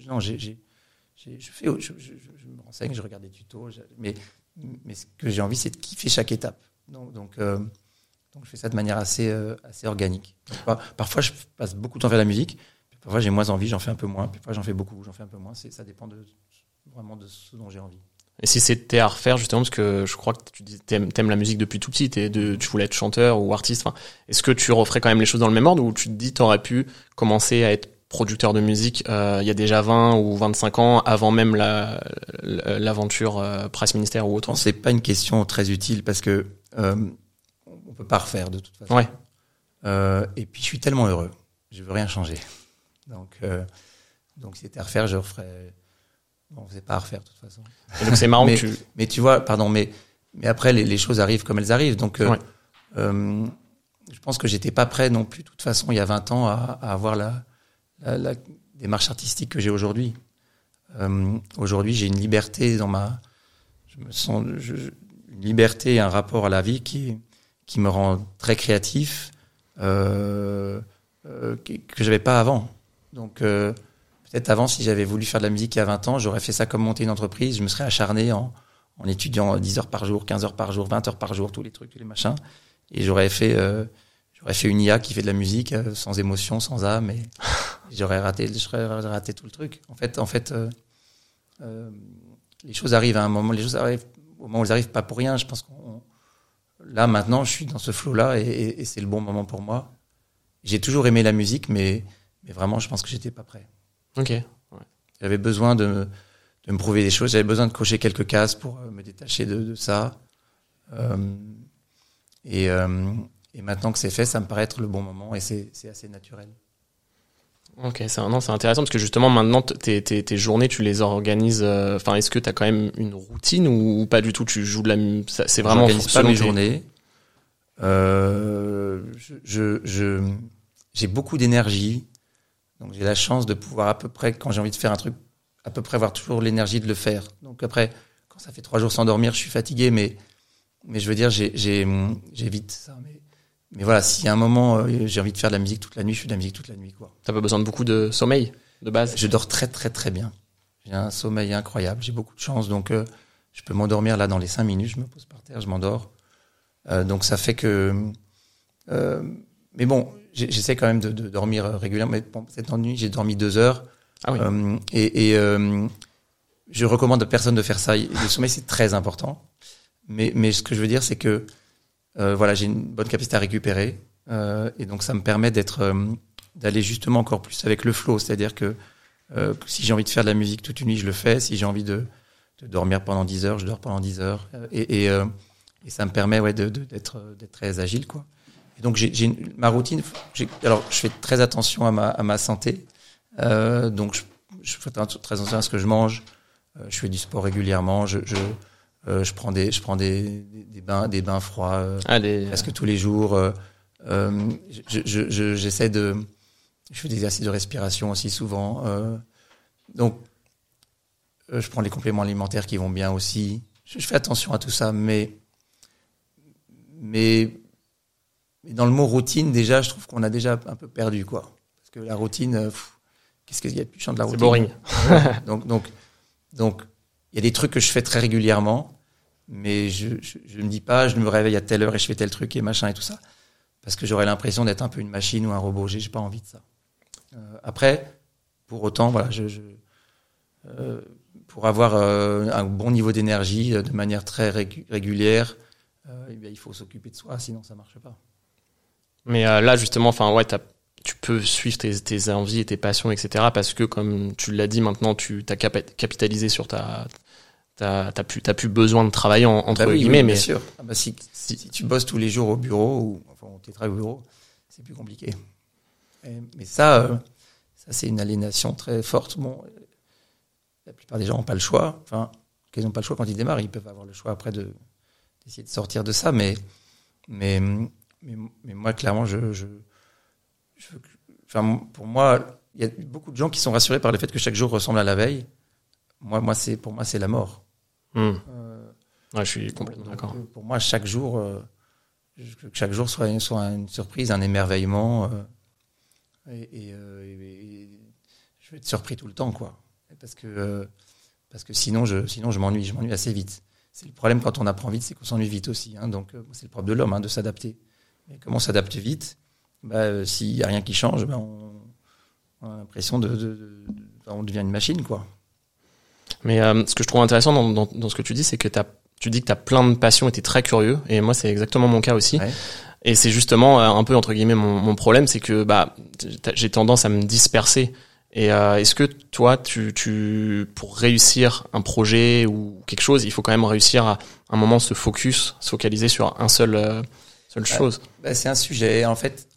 me renseigne, je regarde des tutos, mais ce que j'ai envie, c'est de kiffer chaque étape. Donc Donc je fais ça de manière assez organique. Parfois je passe beaucoup de temps à faire la musique, puis parfois j'ai moins envie, j'en fais un peu moins, puis parfois j'en fais beaucoup, j'en fais un peu moins. Ça dépend vraiment de ce dont j'ai envie. Et si c'était à refaire, justement, parce que je crois que tu dis t'aimes la musique depuis tout petit, tu voulais être chanteur ou artiste, enfin, est-ce que tu referais quand même les choses dans le même ordre, ou tu te dis t'aurais pu commencer à être producteur de musique il y a déjà 20 ou 25 ans, avant même l'aventure Presse Ministère ou autre? C'est pas une question très utile, parce que on peut pas refaire de toute façon. Ouais. Et puis je suis tellement heureux, je veux rien changer. Donc si c'était à refaire, je referais. Bon, c'est pas à refaire de toute façon. Et donc c'est marrant mais tu vois, pardon, mais après les choses arrivent comme elles arrivent. Donc je pense que j'étais pas prêt non plus de toute façon il y a 20 ans à avoir la démarche artistique que j'ai aujourd'hui. Aujourd'hui, j'ai une liberté une liberté et un rapport à la vie qui me rend très créatif, que j'avais pas avant. Donc peut-être avant, si j'avais voulu faire de la musique il y a 20 ans, j'aurais fait ça comme monter une entreprise. Je me serais acharné en étudiant 10 heures par jour, 15 heures par jour, 20 heures par jour, tous les trucs, tous les machins. Et j'aurais fait une IA qui fait de la musique sans émotion, sans âme. Et j'aurais raté tout le truc. En fait, les choses arrivent à un moment. Les choses arrivent au moment où elles arrivent, pas pour rien. Je pense là, maintenant, je suis dans ce flow-là et c'est le bon moment pour moi. J'ai toujours aimé la musique, mais vraiment, je pense que j'étais pas prêt. Ok. Ouais. J'avais besoin de me prouver des choses. J'avais besoin de cocher quelques cases pour me détacher de ça. Et maintenant que c'est fait, ça me paraît être le bon moment et c'est assez naturel. Ok, c'est intéressant parce que justement maintenant tes journées tu les organises. Enfin, est-ce que t'as quand même une routine ou pas du tout? Tu joues de la, c'est vraiment. J'organise pas mes journées. J'ai beaucoup d'énergie. Donc j'ai la chance de pouvoir à peu près, quand j'ai envie de faire un truc, à peu près avoir toujours l'énergie de le faire. Donc après, quand ça fait 3 jours sans dormir, je suis fatigué, mais je veux dire, j'évite ça. Mais voilà, s'il y a un moment, j'ai envie de faire de la musique toute la nuit, je fais de la musique toute la nuit, quoi. T'as pas besoin de beaucoup de sommeil, de base? Je dors très très très bien. J'ai un sommeil incroyable, j'ai beaucoup de chance, donc je peux m'endormir là dans les 5 minutes, je me pose par terre, je m'endors. Donc ça fait que... mais bon, j'essaie quand même de dormir régulièrement. Mais bon, cette nuit, j'ai dormi 2 heures. Ah oui. Je recommande à personne de faire ça. Le sommeil, c'est très important. Mais ce que je veux dire, c'est que voilà, j'ai une bonne capacité à récupérer. Et donc, ça me permet d'aller justement encore plus avec le flow. C'est-à-dire que si j'ai envie de faire de la musique toute une nuit, je le fais. Si j'ai envie de dormir pendant 10 heures, je dors pendant 10 heures. Et ça me permet d'être très agile, quoi. Et donc ma routine. Alors je fais très attention à ma santé. Donc je fais très attention à ce que je mange. Je fais du sport régulièrement. Je prends des bains froids presque tous les jours. J'essaie je fais des exercices de respiration aussi souvent. Donc je prends les compléments alimentaires qui vont bien aussi. Je fais attention à tout ça, mais dans le mot routine, déjà, je trouve qu'on a déjà un peu perdu, quoi. Parce que la routine, qu'est-ce qu'il y a de plus chiant de la routine? C'est boring. Donc, il y a des trucs que je fais très régulièrement, mais je me dis pas, je me réveille à telle heure et je fais tel truc et machin et tout ça. Parce que j'aurais l'impression d'être un peu une machine ou un robot. J'ai pas envie de ça. Après, pour autant, voilà, pour avoir un bon niveau d'énergie de manière très régulière, il faut s'occuper de soi, sinon ça marche pas. Mais là, justement, enfin, ouais, tu peux suivre tes envies et tes passions, etc. Parce que, comme tu l'as dit, maintenant, tu t'as capitalisé sur t'as plus besoin de travailler entre guillemets. Oui, mais bien sûr. Si tu bosses tous les jours au bureau ou tu travailles au bureau, c'est plus compliqué. Mais ça, c'est une aliénation très forte. Bon, la plupart des gens n'ont pas le choix. Enfin, ils n'ont pas le choix quand ils démarrent. Ils peuvent avoir le choix après d'essayer de sortir de ça, mais moi, clairement, pour moi, il y a beaucoup de gens qui sont rassurés par le fait que chaque jour ressemble à la veille. Pour moi, c'est la mort. Ouais, je suis complètement d'accord. Pour moi, chaque jour soit une surprise, un émerveillement, et je vais être surpris tout le temps, quoi. Parce que sinon je m'ennuie assez vite. C'est le problème quand on apprend vite, c'est qu'on s'ennuie vite aussi. Hein, donc c'est le propre de l'homme, de s'adapter. Et comme on s'adapte vite, s'il y a rien qui change, on a l'impression on devient une machine, quoi. Mais ce que je trouve intéressant dans ce que tu dis, c'est que tu dis que tu as plein de passions et tu es très curieux. Et moi, c'est exactement mon cas aussi. Ouais. Et c'est justement un peu, entre guillemets, mon problème, c'est que j'ai tendance à me disperser. Et est-ce que toi, pour réussir un projet ou quelque chose, il faut quand même réussir à un moment se focaliser sur un seule chose? C'est un sujet. En fait,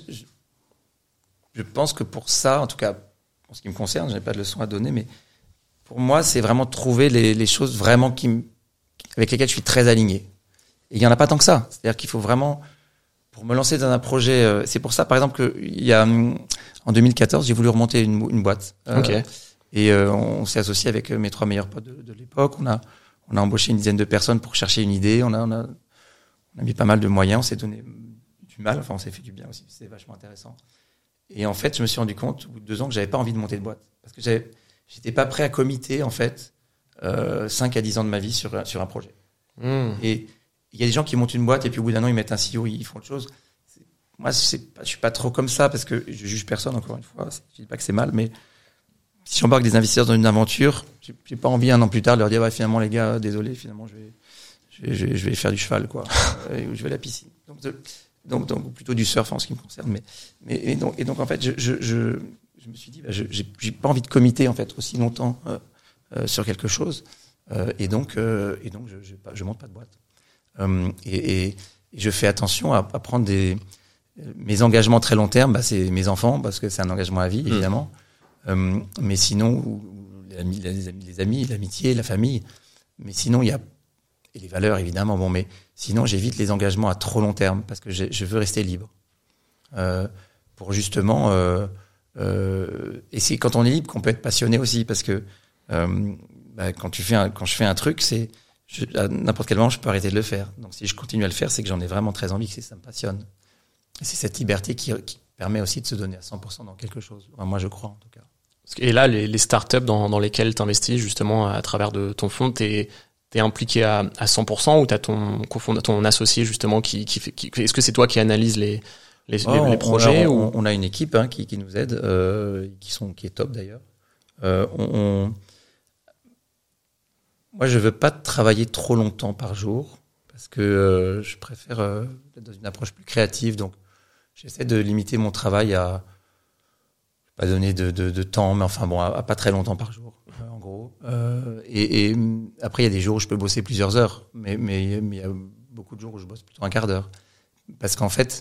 je pense que pour ça, en tout cas, en ce qui me concerne, je n'ai pas de leçon à donner, mais pour moi, c'est vraiment trouver les choses vraiment avec lesquelles je suis très aligné. Et il y en a pas tant que ça. C'est-à-dire qu'il faut vraiment, pour me lancer dans un projet, c'est pour ça, par exemple, en 2014, j'ai voulu remonter une boîte. Okay. Et on s'est associé avec mes 3 meilleurs potes de l'époque. On a embauché une dizaine de personnes pour chercher une idée. On a mis pas mal de moyens. On s'est donné du mal. Enfin, on s'est fait du bien aussi. C'est vachement intéressant. Et en fait, je me suis rendu compte, au bout de 2 ans, que j'avais pas envie de monter de boîte. Parce que j'étais pas prêt à committer, en fait, 5 à 10 ans de ma vie sur un projet. Et il y a des gens qui montent une boîte et puis au bout d'un an, ils mettent un CEO, ils font autre chose. Moi, je suis pas trop comme ça parce que je juge personne, encore une fois. Je dis pas que c'est mal, mais si j'embarque des investisseurs dans une aventure, j'ai pas envie 1 an plus tard de leur dire, finalement, les gars, désolé, finalement, je vais faire du cheval, quoi. Ou je vais à la piscine. Donc plutôt du surf en ce qui me concerne. Et donc en fait, je me suis dit, j'ai pas envie de committer, en fait, aussi longtemps, sur quelque chose. Et donc je monte pas de boîte. Et je fais attention à prendre mes engagements très long terme. C'est mes enfants, parce que c'est un engagement à vie, évidemment. Mais sinon, les amis, l'amitié, la famille. Mais sinon, il y a, et les valeurs, évidemment. Mais sinon, j'évite les engagements à trop long terme, parce que je veux rester libre. Pour justement, et c'est quand on est libre qu'on peut être passionné aussi, parce que, quand je fais un truc, à n'importe quel moment, je peux arrêter de le faire. Donc, si je continue à le faire, c'est que j'en ai vraiment très envie, que ça me passionne. Et c'est cette liberté qui permet aussi de se donner à 100% dans quelque chose. Enfin, moi, je crois, en tout cas. Et là, les startups dans lesquelles tu investis, justement, à travers de ton fonds, t'es impliqué à 100% ou t'as ton associé, justement, qui fait, est-ce que c'est toi qui analyse les projets on a une équipe, qui nous aide, qui est top d'ailleurs. Moi, je veux pas travailler trop longtemps par jour parce que je préfère être dans une approche plus créative. Donc, j'essaie de limiter mon travail à pas donner de temps, mais enfin bon, à pas très longtemps par jour, en gros. Et après, il y a des jours où je peux bosser plusieurs heures, mais il y a beaucoup de jours où je bosse plutôt un quart d'heure, parce qu'en fait,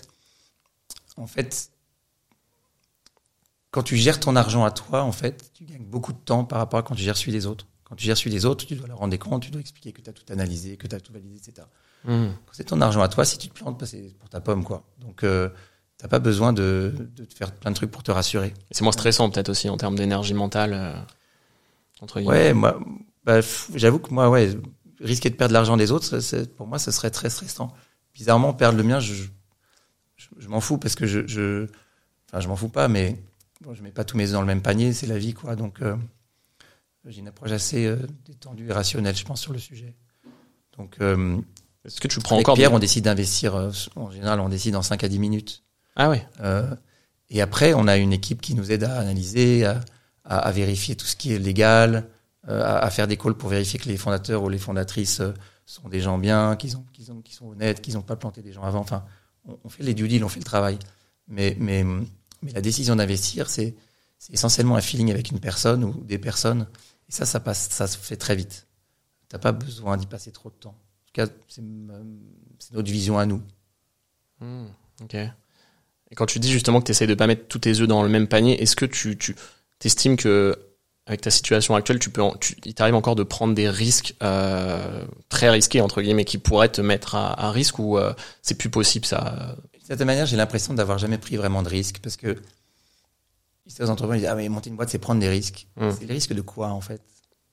quand tu gères ton argent à toi, en fait, tu gagnes beaucoup de temps par rapport à quand tu gères celui des autres. Quand tu gères celui des autres, tu dois leur rendre des comptes, tu dois expliquer que tu as tout analysé, que tu as tout validé, etc. Quand c'est ton argent à toi, si tu te plantes, c'est pour ta pomme, quoi. Donc, t'as pas besoin de te faire plein de trucs pour te rassurer. C'est moins stressant, peut-être aussi, en termes d'énergie mentale, entre guillemets. Ouais, moi, j'avoue que moi, risquer de perdre l'argent des autres, pour moi, ça serait très stressant. Bizarrement, perdre le mien, je m'en fous parce que je m'en fous pas, mais bon, je mets pas tous mes œufs dans le même panier, c'est la vie, quoi. Donc, j'ai une approche assez détendue et rationnelle, je pense, sur le sujet. Donc, est-ce que tu prends avec encore Pierre, on décide d'investir, en général, on décide en 5 à 10 minutes. Ah ouais. Et après, on a une équipe qui nous aide à analyser, à vérifier tout ce qui est légal, à faire des calls pour vérifier que les fondateurs ou les fondatrices sont des gens bien, qu'ils sont honnêtes, qu'ils n'ont pas planté des gens avant. Enfin, on fait les due deals, on fait le travail. Mais la décision d'investir, c'est essentiellement un feeling avec une personne ou des personnes. Et ça se fait très vite. T'as pas besoin d'y passer trop de temps. En tout cas, c'est notre vision à nous. Ok. Et quand tu dis justement que tu essayes de pas mettre tous tes œufs dans le même panier, est-ce que tu t'estimes que avec ta situation actuelle, il t'arrive encore de prendre des risques très risqués entre guillemets qui pourraient te mettre à risque, ou c'est plus possible ça? D'une certaine manière, j'ai l'impression d'avoir jamais pris vraiment de risques, parce que les entrepreneurs disent mais monter une boîte, c'est prendre des risques. C'est les risques de quoi, en fait?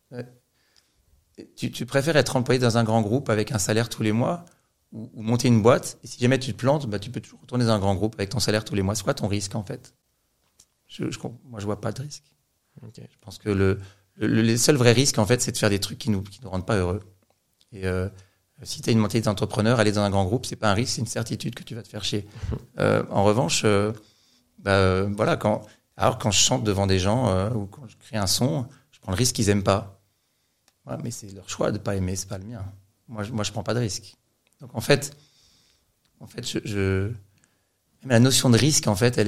Tu préfères être employé dans un grand groupe avec un salaire tous les mois, ou monter une boîte, et si jamais tu te plantes, tu peux toujours retourner dans un grand groupe avec ton salaire tous les mois. C'est quoi ton risque, en fait? Moi, je vois pas de risque. Okay. Je pense que le seul vrai risque, en fait, c'est de faire des trucs qui nous rendent pas heureux. Et Si tu as une mentalité d'entrepreneur, aller dans un grand groupe, c'est pas un risque, c'est une certitude que tu vas te faire chier. En revanche, voilà, quand je chante devant des gens ou quand je crée un son, je prends le risque qu'ils aiment pas. Voilà, mais c'est leur choix de pas aimer, c'est pas le mien. Moi, je prends pas de risque. Donc en fait, même la notion de risque, en fait,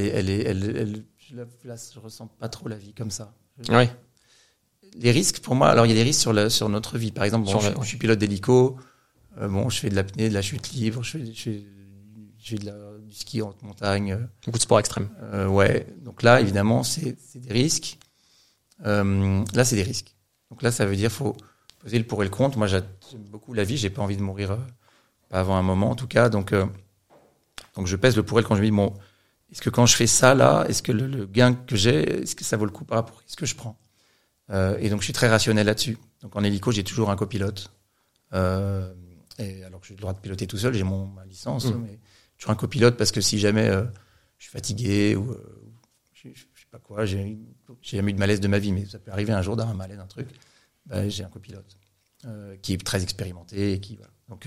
je ressens pas trop la vie comme ça. Oui. Les risques, pour moi, alors il y a des risques sur notre vie. Par exemple, je suis pilote d'hélico. Je fais de l'apnée, de la chute libre. Je fais du ski en montagne. Beaucoup de sports extrêmes. Ouais. Donc là, évidemment, c'est des risques. Là, c'est des risques. Donc là, ça veut dire faut peser le pour et le contre. Moi, j'aime beaucoup la vie. J'ai pas envie de mourir, pas avant un moment, en tout cas. Donc je pèse le pour et le contre. Je me dis bon, est-ce que quand je fais ça là, est-ce que le gain que j'ai, est-ce que ça vaut le coup par rapport à ce que je prends? Et donc je suis très rationnel là-dessus. Donc en hélico, j'ai toujours un copilote. Et alors que j'ai le droit de piloter tout seul, j'ai ma licence, mais toujours un copilote parce que si jamais je suis fatigué ou je sais pas quoi, j'ai jamais eu de malaise de ma vie, mais ça peut arriver un jour d'avoir un malaise, un truc. J'ai un copilote qui est très expérimenté et qui voilà. Donc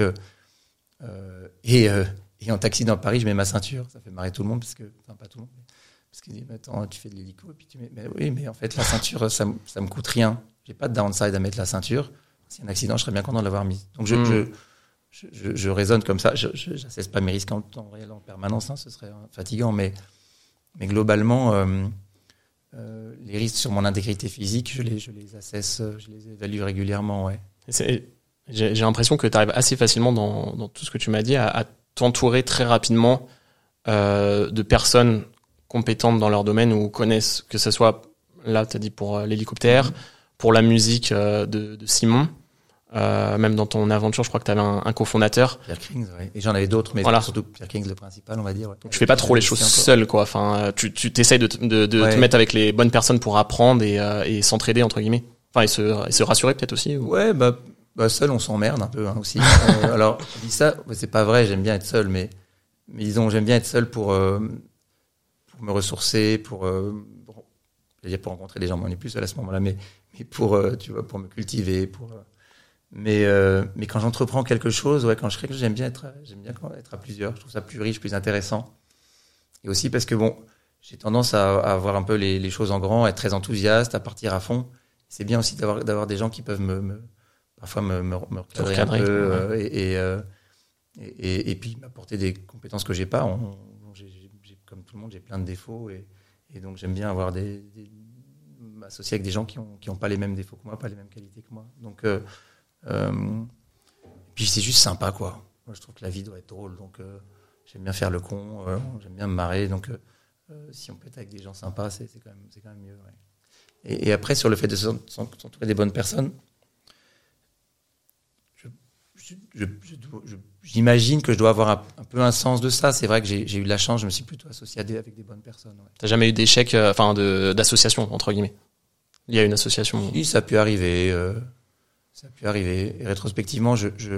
et en taxi dans Paris, je mets ma ceinture. Ça fait marrer tout le monde pas tout le monde. Parce qu'il dit, attends, tu fais de l'hélico et puis tu mets. Mais oui, mais en fait, la ceinture, ça me coûte rien. J'ai pas de downside à mettre la ceinture. S'il y a un accident, je serais bien content de l'avoir mise. Donc je raisonne comme ça. Je n'assesse pas mes risques en temps réel en permanence, hein, ce serait fatigant. Mais globalement, les risques sur mon intégrité physique, je les assesse, je les évalue régulièrement. Ouais. J'ai l'impression que tu arrives assez facilement dans tout ce que tu m'as dit à t'entourer très rapidement de personnes compétentes dans leur domaine ou connaissent, que ce soit, là, tu as dit pour l'hélicoptère, pour la musique de Simon, même dans ton aventure, je crois que tu avais un cofondateur. Pierre Kings, ouais. Et j'en avais d'autres, mais voilà. Surtout Pierre Kings, le principal, on va dire. Ouais. Donc, tu fais pas trop les choses seul, quoi. Enfin, tu t'essayes de te mettre avec les bonnes personnes pour apprendre et s'entraider, entre guillemets. Enfin, et se rassurer peut-être aussi. Ou... Ouais, seul, on s'emmerde un peu, hein, aussi. Alors, je dis ça, c'est pas vrai, j'aime bien être seul, mais disons, j'aime bien être seul pour me ressourcer, pour rencontrer des gens. On n'est plus seul à ce moment-là, mais pour me cultiver, mais quand j'entreprends quelque chose, ouais, quand je crée quelque chose, j'aime bien être à plusieurs. Je trouve ça plus riche, plus intéressant. Et aussi parce que j'ai tendance à avoir un peu les choses en grand, à être très enthousiaste, à partir à fond. C'est bien aussi d'avoir des gens qui peuvent parfois me recadrer un peu, et puis m'apporter des compétences que j'ai pas. Comme tout le monde, j'ai plein de défauts et donc j'aime bien avoir m'associer avec des gens qui ont pas les mêmes défauts que moi, pas les mêmes qualités que moi. Donc puis c'est juste sympa, quoi. Moi, je trouve que la vie doit être drôle, donc j'aime bien faire le con, j'aime bien me marrer, donc si on peut être avec des gens sympas, c'est quand même mieux. Ouais. Et après, sur le fait de s'entourer des bonnes personnes, j'imagine que je dois avoir un peu un sens de ça. C'est vrai que j'ai eu de la chance, je me suis plutôt associé avec des bonnes personnes. Ouais. T'as jamais eu d'échec, d'association, entre guillemets? Il y a une association. Si, ça a pu arriver. Et rétrospectivement,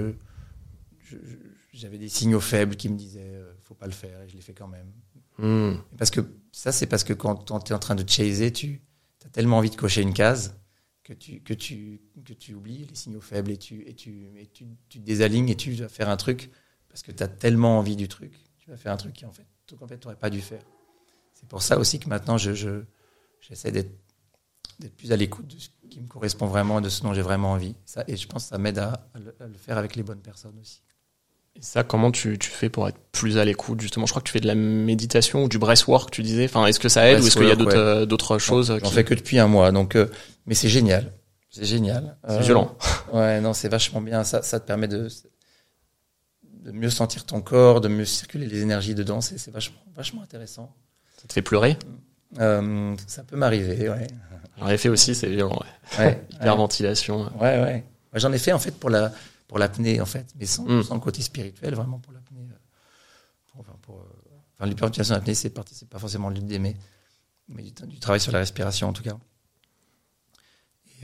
j'avais des signaux faibles qui me disaient faut pas le faire, et je l'ai fait quand même. Parce que quand tu es en train de chaser, tu as tellement envie de cocher une case que tu oublies les signaux faibles et tu te désalignes et tu vas faire un truc parce que tu as tellement envie du truc. Tu vas faire un truc qui en fait tu n'aurais pas dû faire. C'est pour ça aussi que maintenant j'essaie d'être plus à l'écoute de ce qui me correspond vraiment, de ce dont j'ai vraiment envie. Ça, et je pense que ça m'aide à le faire avec les bonnes personnes aussi. Et ça, comment tu fais pour être plus à l'écoute, justement? Je crois que tu fais de la méditation ou du breathwork, tu disais. Enfin, est-ce que ça aide ou est-ce qu'il y a d'autres choses? J'en fais que depuis un mois, donc mais c'est génial. C'est génial. C'est violent. Ouais, non, c'est vachement bien. Ça te permet de mieux sentir ton corps, de mieux circuler les énergies dedans. C'est vachement intéressant. Ça te fait pleurer? Ça peut m'arriver, ouais. J'en ai fait aussi, c'est violent, ouais. Hyperventilation. Ouais. J'en ai fait en fait pour l'apnée, en fait, mais sans le côté spirituel, vraiment pour l'apnée. L'hyperventilation, l'apnée, c'est pas forcément l'idée, mais du travail sur la respiration en tout cas. Et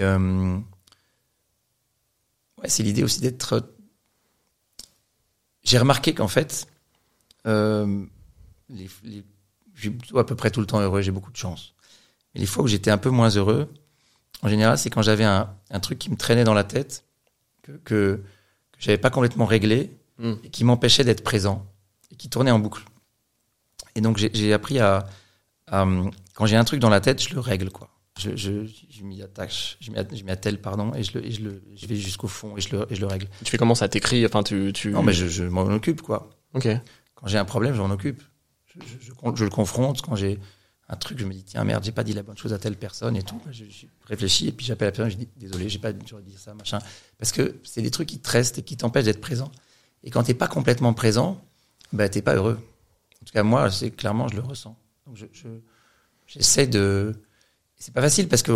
c'est l'idée aussi d'être. J'ai remarqué qu'en fait, je suis à peu près tout le temps heureux, j'ai beaucoup de chance. Mais les fois où j'étais un peu moins heureux, en général, c'est quand j'avais un truc qui me traînait dans la tête, que que j'avais pas complètement réglé et qui m'empêchait d'être présent et qui tournait en boucle. Et donc j'ai appris à quand j'ai un truc dans la tête, je le règle quoi. Je m'y attache, je m'y attelle pardon et je vais jusqu'au fond et je le règle. Tu fais comment ça t'écris, enfin Non mais je m'en occupe quoi. OK. Quand j'ai un problème, je m'en occupe. Je le confronte. Quand j'ai un truc, je me dis tiens merde, j'ai pas dit la bonne chose à telle personne et tout. Je réfléchis et puis j'appelle la personne, je dis désolé, j'aurais dit ça machin. Parce que c'est des trucs qui te restent et qui t'empêchent d'être présent. Et quand t'es pas complètement présent, bah t'es pas heureux. En tout cas moi, c'est clairement je le ressens. Donc j'essaie de. C'est pas facile parce que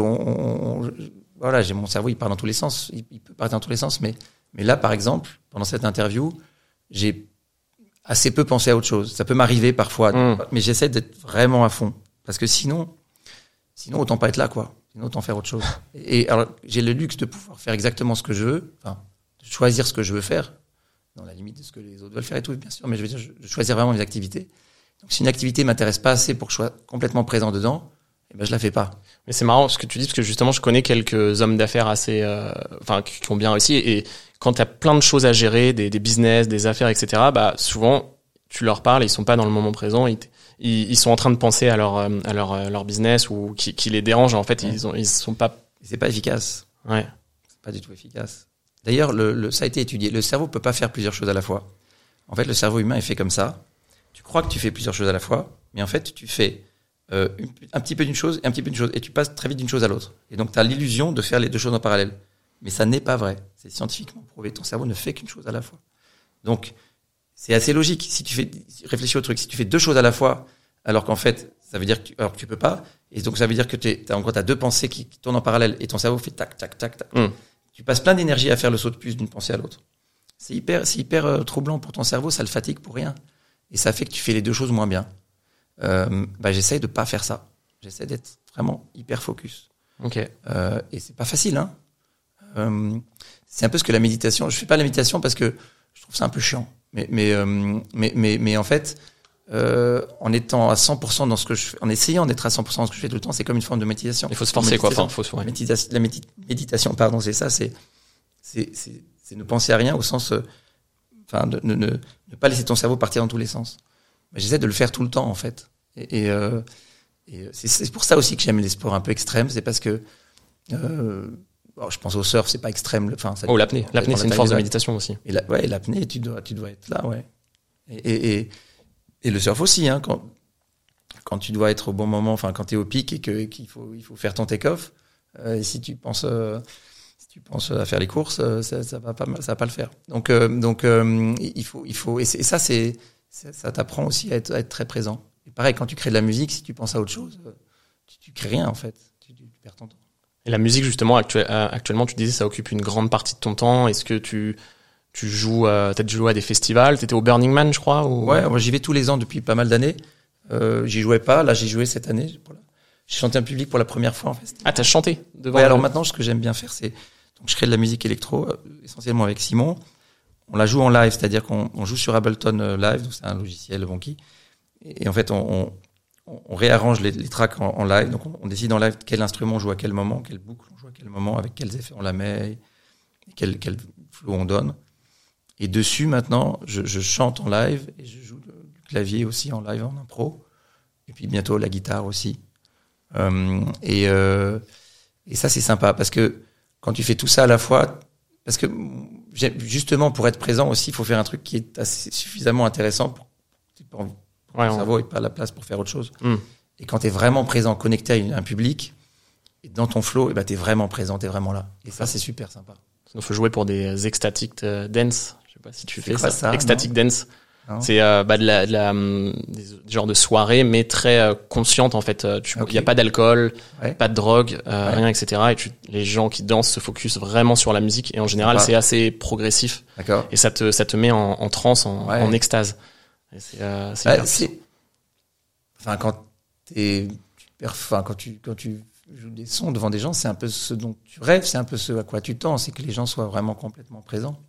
voilà, j'ai mon cerveau, il part dans tous les sens, il peut partir dans tous les sens, mais là par exemple, pendant cette interview, j'ai assez peu pensé à autre chose. Ça peut m'arriver parfois, mais j'essaie d'être vraiment à fond parce que sinon autant pas être là quoi. Sinon autant faire autre chose. Et alors j'ai le luxe de pouvoir faire exactement ce que je veux, enfin de choisir ce que je veux faire dans la limite de ce que les autres veulent faire et tout bien sûr, mais je veux dire je choisis vraiment mes activités. Donc si une activité m'intéresse pas assez pour que je sois complètement présent dedans, eh ben je la fais pas. Mais c'est marrant ce que tu dis parce que justement je connais quelques hommes d'affaires assez qui ont bien réussi et quand tu as plein de choses à gérer, des business, des affaires, etc., bah souvent tu leur parles, ils sont pas dans le moment présent, ils sont en train de penser à leur business ou qui les dérange en fait, ils sont pas. C'est pas efficace. Ouais. C'est pas du tout efficace. D'ailleurs, ça a été étudié. Le cerveau peut pas faire plusieurs choses à la fois. En fait, le cerveau humain est fait comme ça. Tu crois que tu fais plusieurs choses à la fois, mais en fait, tu fais un petit peu d'une chose et un petit peu d'une chose, et tu passes très vite d'une chose à l'autre. Et donc, tu as l'illusion de faire les deux choses en parallèle. Mais ça n'est pas vrai. C'est scientifiquement prouvé. Ton cerveau ne fait qu'une chose à la fois. Donc, c'est assez logique. Si tu réfléchis au truc, si tu fais deux choses à la fois, alors qu'en fait, ça veut dire que tu peux pas, et donc ça veut dire que t'as deux pensées qui tournent en parallèle, et ton cerveau fait tac, tac, tac, tac. Tu passes plein d'énergie à faire le saut de puce d'une pensée à l'autre. C'est hyper troublant pour ton cerveau, ça le fatigue pour rien. Et ça fait que tu fais les deux choses moins bien. J'essaye de pas faire ça. J'essaie d'être vraiment hyper focus. Ok. Et c'est pas facile, hein. C'est un peu ce que la méditation. Je fais pas la méditation parce que je trouve ça un peu chiant. Mais en fait, en étant à 100% dans ce que je fais, en essayant d'être à 100% dans ce que je fais tout le temps, c'est comme une forme de méditation. Il faut se forcer, quoi. Enfin, la méditation, pardon, c'est ça. C'est ne penser à rien au sens, de ne pas laisser ton cerveau partir dans tous les sens. Mais j'essaie de le faire tout le temps, en fait. Et c'est pour ça aussi que j'aime les sports un peu extrêmes. C'est parce que je pense au surf, c'est pas extrême. L'apnée. L'apnée, c'est une force de méditation aussi. Et l'apnée, tu dois être là, ouais. Et le surf aussi, hein, quand tu dois être au bon moment, enfin, quand t'es au pic et qu'il faut faire ton take-off, et si tu penses à faire les courses, ça va pas le faire. Donc, il faut, et ça, ça t'apprend aussi à être très présent. Et pareil, quand tu crées de la musique, si tu penses à autre chose, tu crées rien, en fait. Tu perds ton temps. Et la musique, justement, actuellement, tu disais, ça occupe une grande partie de ton temps. Est-ce que tu joues, t'as joué à des festivals? T'étais au Burning Man, je crois, ou... Ouais, moi, j'y vais tous les ans depuis pas mal d'années. J'y jouais pas. Là, j'ai joué cette année. J'ai chanté en public pour la première fois en festival. Ah, t'as chanté devant? Ouais, alors maintenant, ce que j'aime bien faire, c'est, donc, je crée de la musique électro, essentiellement avec Simon. On la joue en live, c'est-à-dire qu'on joue sur Ableton Live, donc c'est un logiciel Wonky. Et en fait, on réarrange les tracks en live. Donc, on décide en live quel instrument on joue à quel moment, quelle boucle on joue à quel moment, avec quels effets on la met, et quel flow on donne. Et dessus, maintenant, je chante en live et je joue du clavier aussi en live, en impro. Et puis bientôt la guitare aussi. Et ça, c'est sympa parce que quand tu fais tout ça à la fois, parce que justement, pour être présent aussi, il faut faire un truc qui est suffisamment intéressant pour que ton cerveau n'ait pas la place pour faire autre chose. Et quand tu es vraiment présent, connecté à un public, et dans ton flow, t'es vraiment présent, t'es vraiment là. Et ça, c'est super sympa. Il faut jouer pour des ecstatic dance. Je sais pas si tu fais ça. Ecstatic dance. Non. C'est des genres de soirées, mais très conscientes en fait. Il y a pas d'alcool, pas de drogue, rien, etc. Et les gens qui dansent se focus vraiment sur la musique. Et en général, c'est assez progressif. D'accord. Et ça te met en transe, en extase. Et quand tu joues des sons devant des gens, c'est un peu ce dont tu rêves, c'est un peu ce à quoi tu tends, c'est que les gens soient vraiment complètement présents.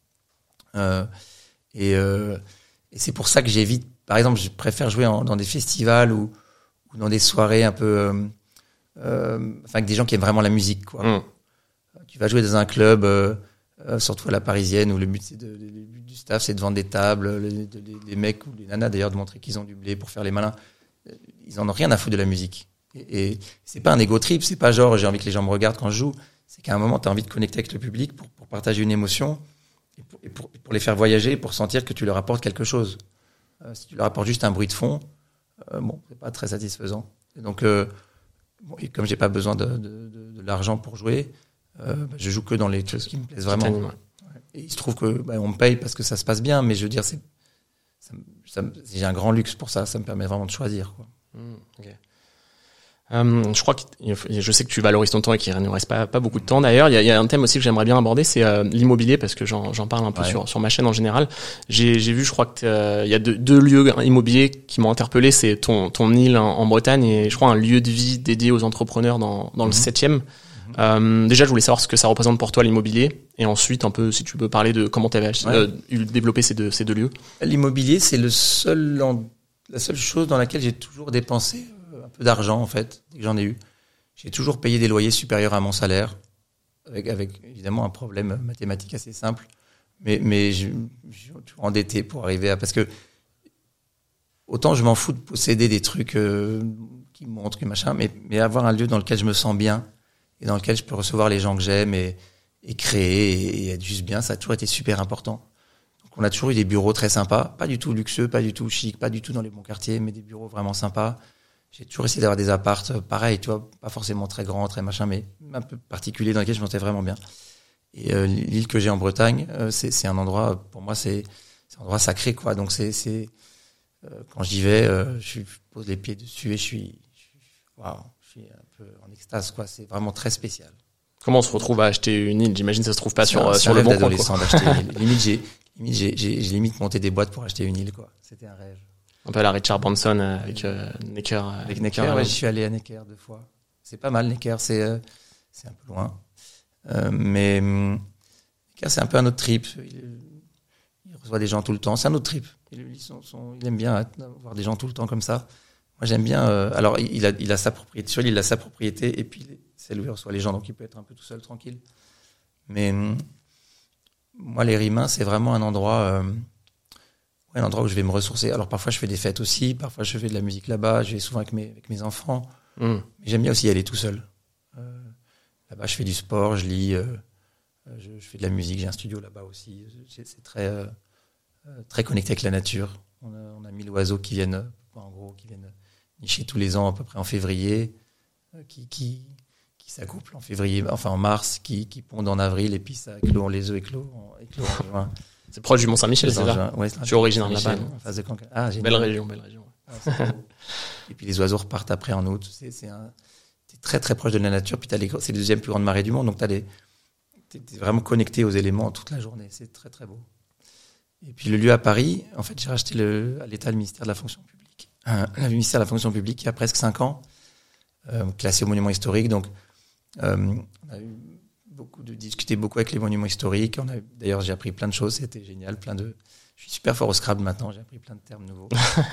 Et c'est pour ça que j'évite, par exemple, je préfère jouer dans des festivals ou dans des soirées un peu, avec des gens qui aiment vraiment la musique, quoi. Tu vas jouer dans un club surtout à la parisienne, où le but du staff, c'est de vendre des tables, les mecs ou les nanas d'ailleurs, de montrer qu'ils ont du blé pour faire les malins. Ils en ont rien à foutre de la musique. Et c'est pas un ego trip, c'est pas genre j'ai envie que les gens me regardent quand je joue. C'est qu'à un moment, tu as envie de connecter avec le public pour partager une émotion et pour les faire voyager, pour sentir que tu leur apportes quelque chose. Si tu leur apportes juste un bruit de fond, c'est pas très satisfaisant. Et donc, et comme j'ai pas besoin de l'argent pour jouer, je joue que dans les choses qui me plaisent vraiment. Ouais. Et il se trouve que on me paye parce que ça se passe bien, mais je veux dire, j'ai un grand luxe pour ça. Ça me permet vraiment de choisir, quoi. Okay. Je crois je sais que tu valorises ton temps et qu'il ne reste pas beaucoup de temps d'ailleurs. Il y a un thème aussi que j'aimerais bien aborder, c'est l'immobilier, parce que j'en parle un peu sur ma chaîne en général. J'ai vu, je crois que il y a deux lieux immobiliers qui m'ont interpellé, c'est ton île en Bretagne et je crois un lieu de vie dédié aux entrepreneurs dans le 7e. Déjà, je voulais savoir ce que ça représente pour toi l'immobilier, et ensuite un peu si tu peux parler de comment tu avais développé ces deux lieux. L'immobilier, c'est la seule chose dans laquelle j'ai toujours dépensé un peu d'argent, en fait, dès que j'en ai eu. J'ai toujours payé des loyers supérieurs à mon salaire, avec évidemment un problème mathématique assez simple, mais je suis toujours endetté pour arriver à... Parce que autant je m'en fous de posséder des trucs qui montrent, que machin, mais avoir un lieu dans lequel je me sens bien et dans lequel je peux recevoir les gens que j'aime et créer et être juste bien, ça a toujours été super important. Donc on a toujours eu des bureaux très sympas, pas du tout luxueux, pas du tout chic, pas du tout dans les bons quartiers, mais des bureaux vraiment sympas. J'ai toujours essayé d'avoir des apparts pareil, tu vois, pas forcément très grands, très machin, mais un peu particuliers dans lesquels je me sentais vraiment bien. Et l'île que j'ai en Bretagne, c'est un endroit, pour moi, c'est un endroit sacré, quoi. Donc quand j'y vais, je pose les pieds dessus et je suis un peu en extase, quoi. C'est vraiment très spécial. Comment on se retrouve à acheter une île? J'imagine que ça se trouve pas sur le bon coin, quoi. D'acheter j'ai limite monté des boîtes pour acheter une île, quoi. C'était un rêve. Un peu à la Richard Branson avec Necker. Avec Necker, ouais, j'y suis allé à Necker 2 fois. C'est pas mal, Necker, c'est un peu loin. Mais Necker, c'est un peu un autre trip. Il reçoit des gens tout le temps. C'est un autre trip. Il aime bien voir des gens tout le temps comme ça. Moi, j'aime bien. Alors, il a sa propriété. Sur l'île, il a sa propriété. Et puis, c'est où il reçoit les gens. Donc, il peut être un peu tout seul, tranquille. Mais moi, les Rimins, c'est vraiment un endroit où je vais me ressourcer. Alors, parfois, je fais des fêtes aussi. Parfois, je fais de la musique là-bas. Je vais souvent avec mes enfants. Mais j'aime bien aussi y aller tout seul. Là-bas, je fais du sport, je lis, je fais de la musique. J'ai un studio là-bas aussi. C'est très connecté avec la nature. On a 1000 oiseaux qui viennent nicher tous les ans, à peu près en février, qui s'accouplent en février, enfin en mars, qui pondent en avril, et puis ça éclore, les œufs éclosent en juin. C'est proche du Mont-Saint-Michel, c'est ça? Ouais, je suis originaire de là-bas. En face de Cancun. Ah, génial. Belle région. Et puis les oiseaux repartent après en août. T'es très très proche de la nature. Puis c'est la deuxième plus grande marée du monde, donc t'es vraiment connecté aux éléments toute la journée. C'est très très beau. Et puis le lieu à Paris, en fait, j'ai racheté à l'État le ministère de la fonction publique. Le ministère de la fonction publique, il y a presque 5 ans, classé au monument historique. Donc, on a eu discuté beaucoup avec les monuments historiques. D'ailleurs, j'ai appris plein de choses. C'était génial. Je suis super fort au Scrabble maintenant. J'ai appris plein de termes nouveaux.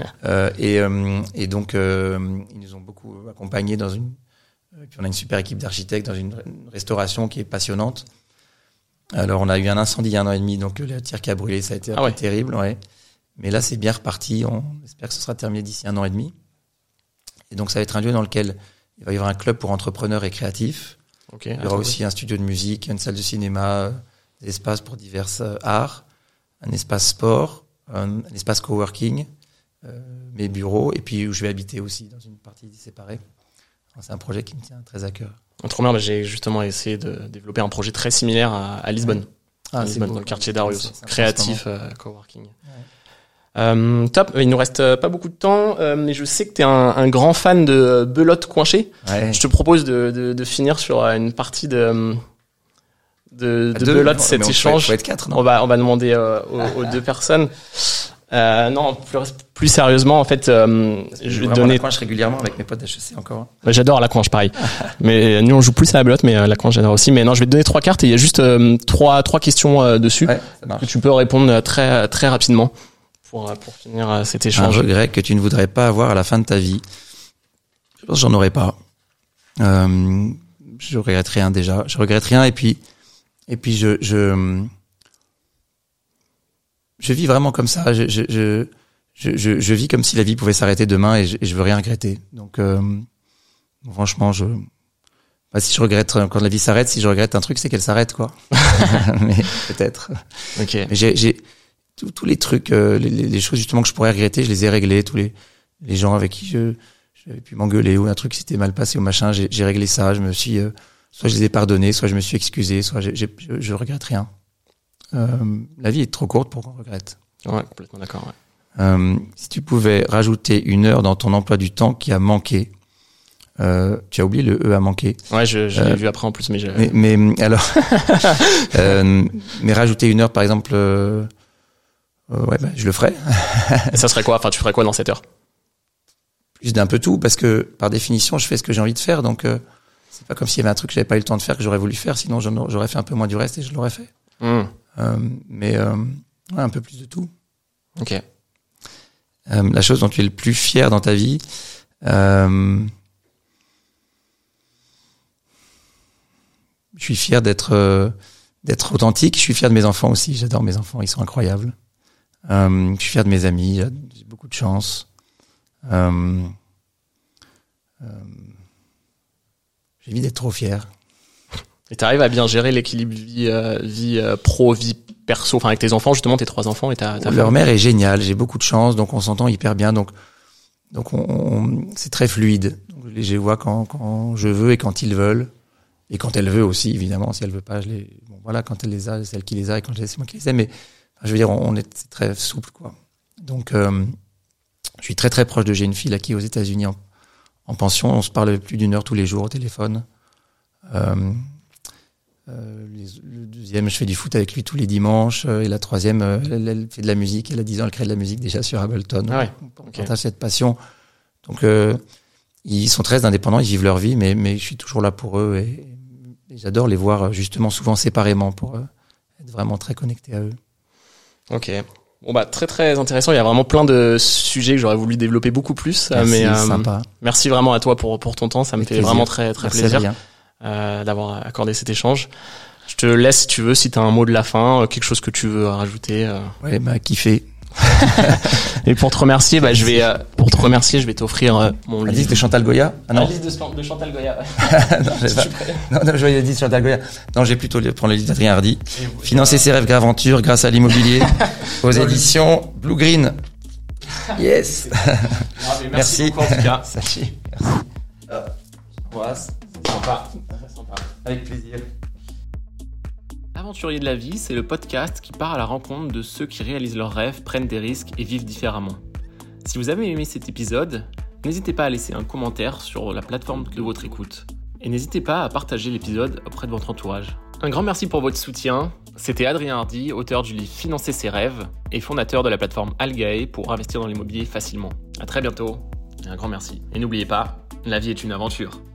Et donc, ils nous ont beaucoup accompagnés puis on a une super équipe d'architectes dans une restauration qui est passionnante. Alors, on a eu un incendie il y a 1 an et demi, donc le tir qui a brûlé, ça a été terrible, ouais. Mais là, c'est bien reparti. On espère que ce sera terminé d'ici 1 an et demi. Et donc, ça va être un lieu dans lequel il va y avoir un club pour entrepreneurs et créatifs. Okay, il y aura aussi un studio de musique, une salle de cinéma, des espaces pour divers arts, un espace sport, un espace coworking, mes bureaux, et puis où je vais habiter aussi dans une partie séparée. C'est un projet qui me tient très à cœur. Trop bien, j'ai justement essayé de développer un projet très similaire à Lisbonne. À Lisbonne, dans le quartier d'Arius. Créatif, coworking. Ouais. Top, il nous reste pas beaucoup de temps, mais je sais que tu es un grand fan de belote coinchée. Ouais. Je te propose de finir sur une partie de belote, cet échange. Faut être 4, non? On va demander aux 2 personnes. Non, plus sérieusement, en fait, je vais te donner. La coinche régulièrement avec mes potes d'HEC encore. J'adore la coinche, pareil. Mais nous, on joue plus à la belote, mais la coinche, j'adore aussi. Mais non, je vais te donner 3 cartes et il y a juste 3 questions dessus que tu peux répondre très très rapidement pour finir cet échange. Un regret que tu ne voudrais pas avoir à la fin de ta vie. Je pense que j'en aurais pas. Je regrette rien déjà. Je regrette rien et puis Et puis je vis vraiment comme ça. Je vis comme si la vie pouvait s'arrêter demain et je veux rien regretter. Donc franchement, si je regrette quand la vie s'arrête, si je regrette un truc, c'est qu'elle s'arrête, quoi. Mais peut-être. Ok. Mais j'ai tous les trucs, les choses justement que je pourrais regretter, je les ai réglées. Tous les gens avec qui j'avais pu m'engueuler ou un truc qui s'était mal passé ou machin, j'ai réglé ça. Je me suis soit je les ai pardonnés, soit je me suis excusé, soit je regrette rien. La vie est trop courte pour qu'on regrette. Ouais, complètement d'accord. Ouais. Si tu pouvais rajouter 1 heure dans ton emploi du temps qui a manqué, tu as oublié le E a manqué. Ouais, je l'ai vu après en plus, mais mais alors, mais rajouter 1 heure par exemple, je le ferais. Ça serait quoi? Enfin, tu ferais quoi dans cette heure? Plus d'un peu tout, parce que par définition, je fais ce que j'ai envie de faire, donc c'est pas comme s'il y avait un truc que j'avais pas eu le temps de faire que j'aurais voulu faire, sinon j'aurais fait un peu moins du reste et je l'aurais fait. Mais un peu plus de tout. Ok. La chose dont tu es le plus fier dans ta vie, je suis fier d'être authentique. Je suis fier de mes enfants aussi. J'adore mes enfants, ils sont incroyables. Je suis fier de mes amis. J'ai beaucoup de chance. J'évite d'être trop fier. Et t'arrives à bien gérer l'équilibre vie pro, vie perso, enfin avec tes enfants justement, tes 3 enfants et ta Leur mère est géniale. J'ai beaucoup de chance, donc on s'entend hyper bien. Donc c'est très fluide. Donc je les vois quand je veux et quand ils veulent. Et quand elle veut aussi, évidemment. Si elle veut pas, quand elle les a, c'est elle qui les a, et quand c'est moi qui les aime. Mais je veux dire, c'est très souple, quoi. Donc je suis très très proche de. J'ai une fille là qui est aux États-Unis en pension. On se parle plus d'1 heure tous les jours au téléphone. Le deuxième, je fais du foot avec lui tous les dimanches. Et la troisième, elle fait de la musique. Elle a 10 ans, elle crée de la musique déjà sur Ableton. Ah ouais. On partage cette passion. Donc ils sont très indépendants, ils vivent leur vie, mais je suis toujours là pour eux et j'adore les voir justement souvent séparément pour être vraiment très connecté à eux. Ok. Bon bah très très intéressant. Il y a vraiment plein de sujets que j'aurais voulu développer beaucoup plus. Merci, sympa. Merci vraiment à toi pour ton temps. Ça me fait vraiment très très plaisir d'avoir accordé cet échange. Je te laisse si tu veux, si tu as un mot de la fin, quelque chose que tu veux rajouter. Ouais, kiffer. Et pour te remercier, je vais t'offrir mon livre de Chantal Goya. Ah non. La liste de Chantal Goya. Non, je voyais le livre de Chantal Goya. Non, j'ai plutôt prendre le livre d'Adrien Hardy. Financer ses rêves Graventure grâce à l'immobilier aux éditions Blue Green. Yes. Merci beaucoup en tout cas. Salut. Merci. Sympa. Avec plaisir. Aventurier de la vie, c'est le podcast qui part à la rencontre de ceux qui réalisent leurs rêves, prennent des risques et vivent différemment. Si vous avez aimé cet épisode, n'hésitez pas à laisser un commentaire sur la plateforme de votre écoute. Et n'hésitez pas à partager l'épisode auprès de votre entourage. Un grand merci pour votre soutien. C'était Adrien Hardy, auteur du livre Financer ses rêves et fondateur de la plateforme Algae pour investir dans l'immobilier facilement. À très bientôt et un grand merci. Et n'oubliez pas, la vie est une aventure.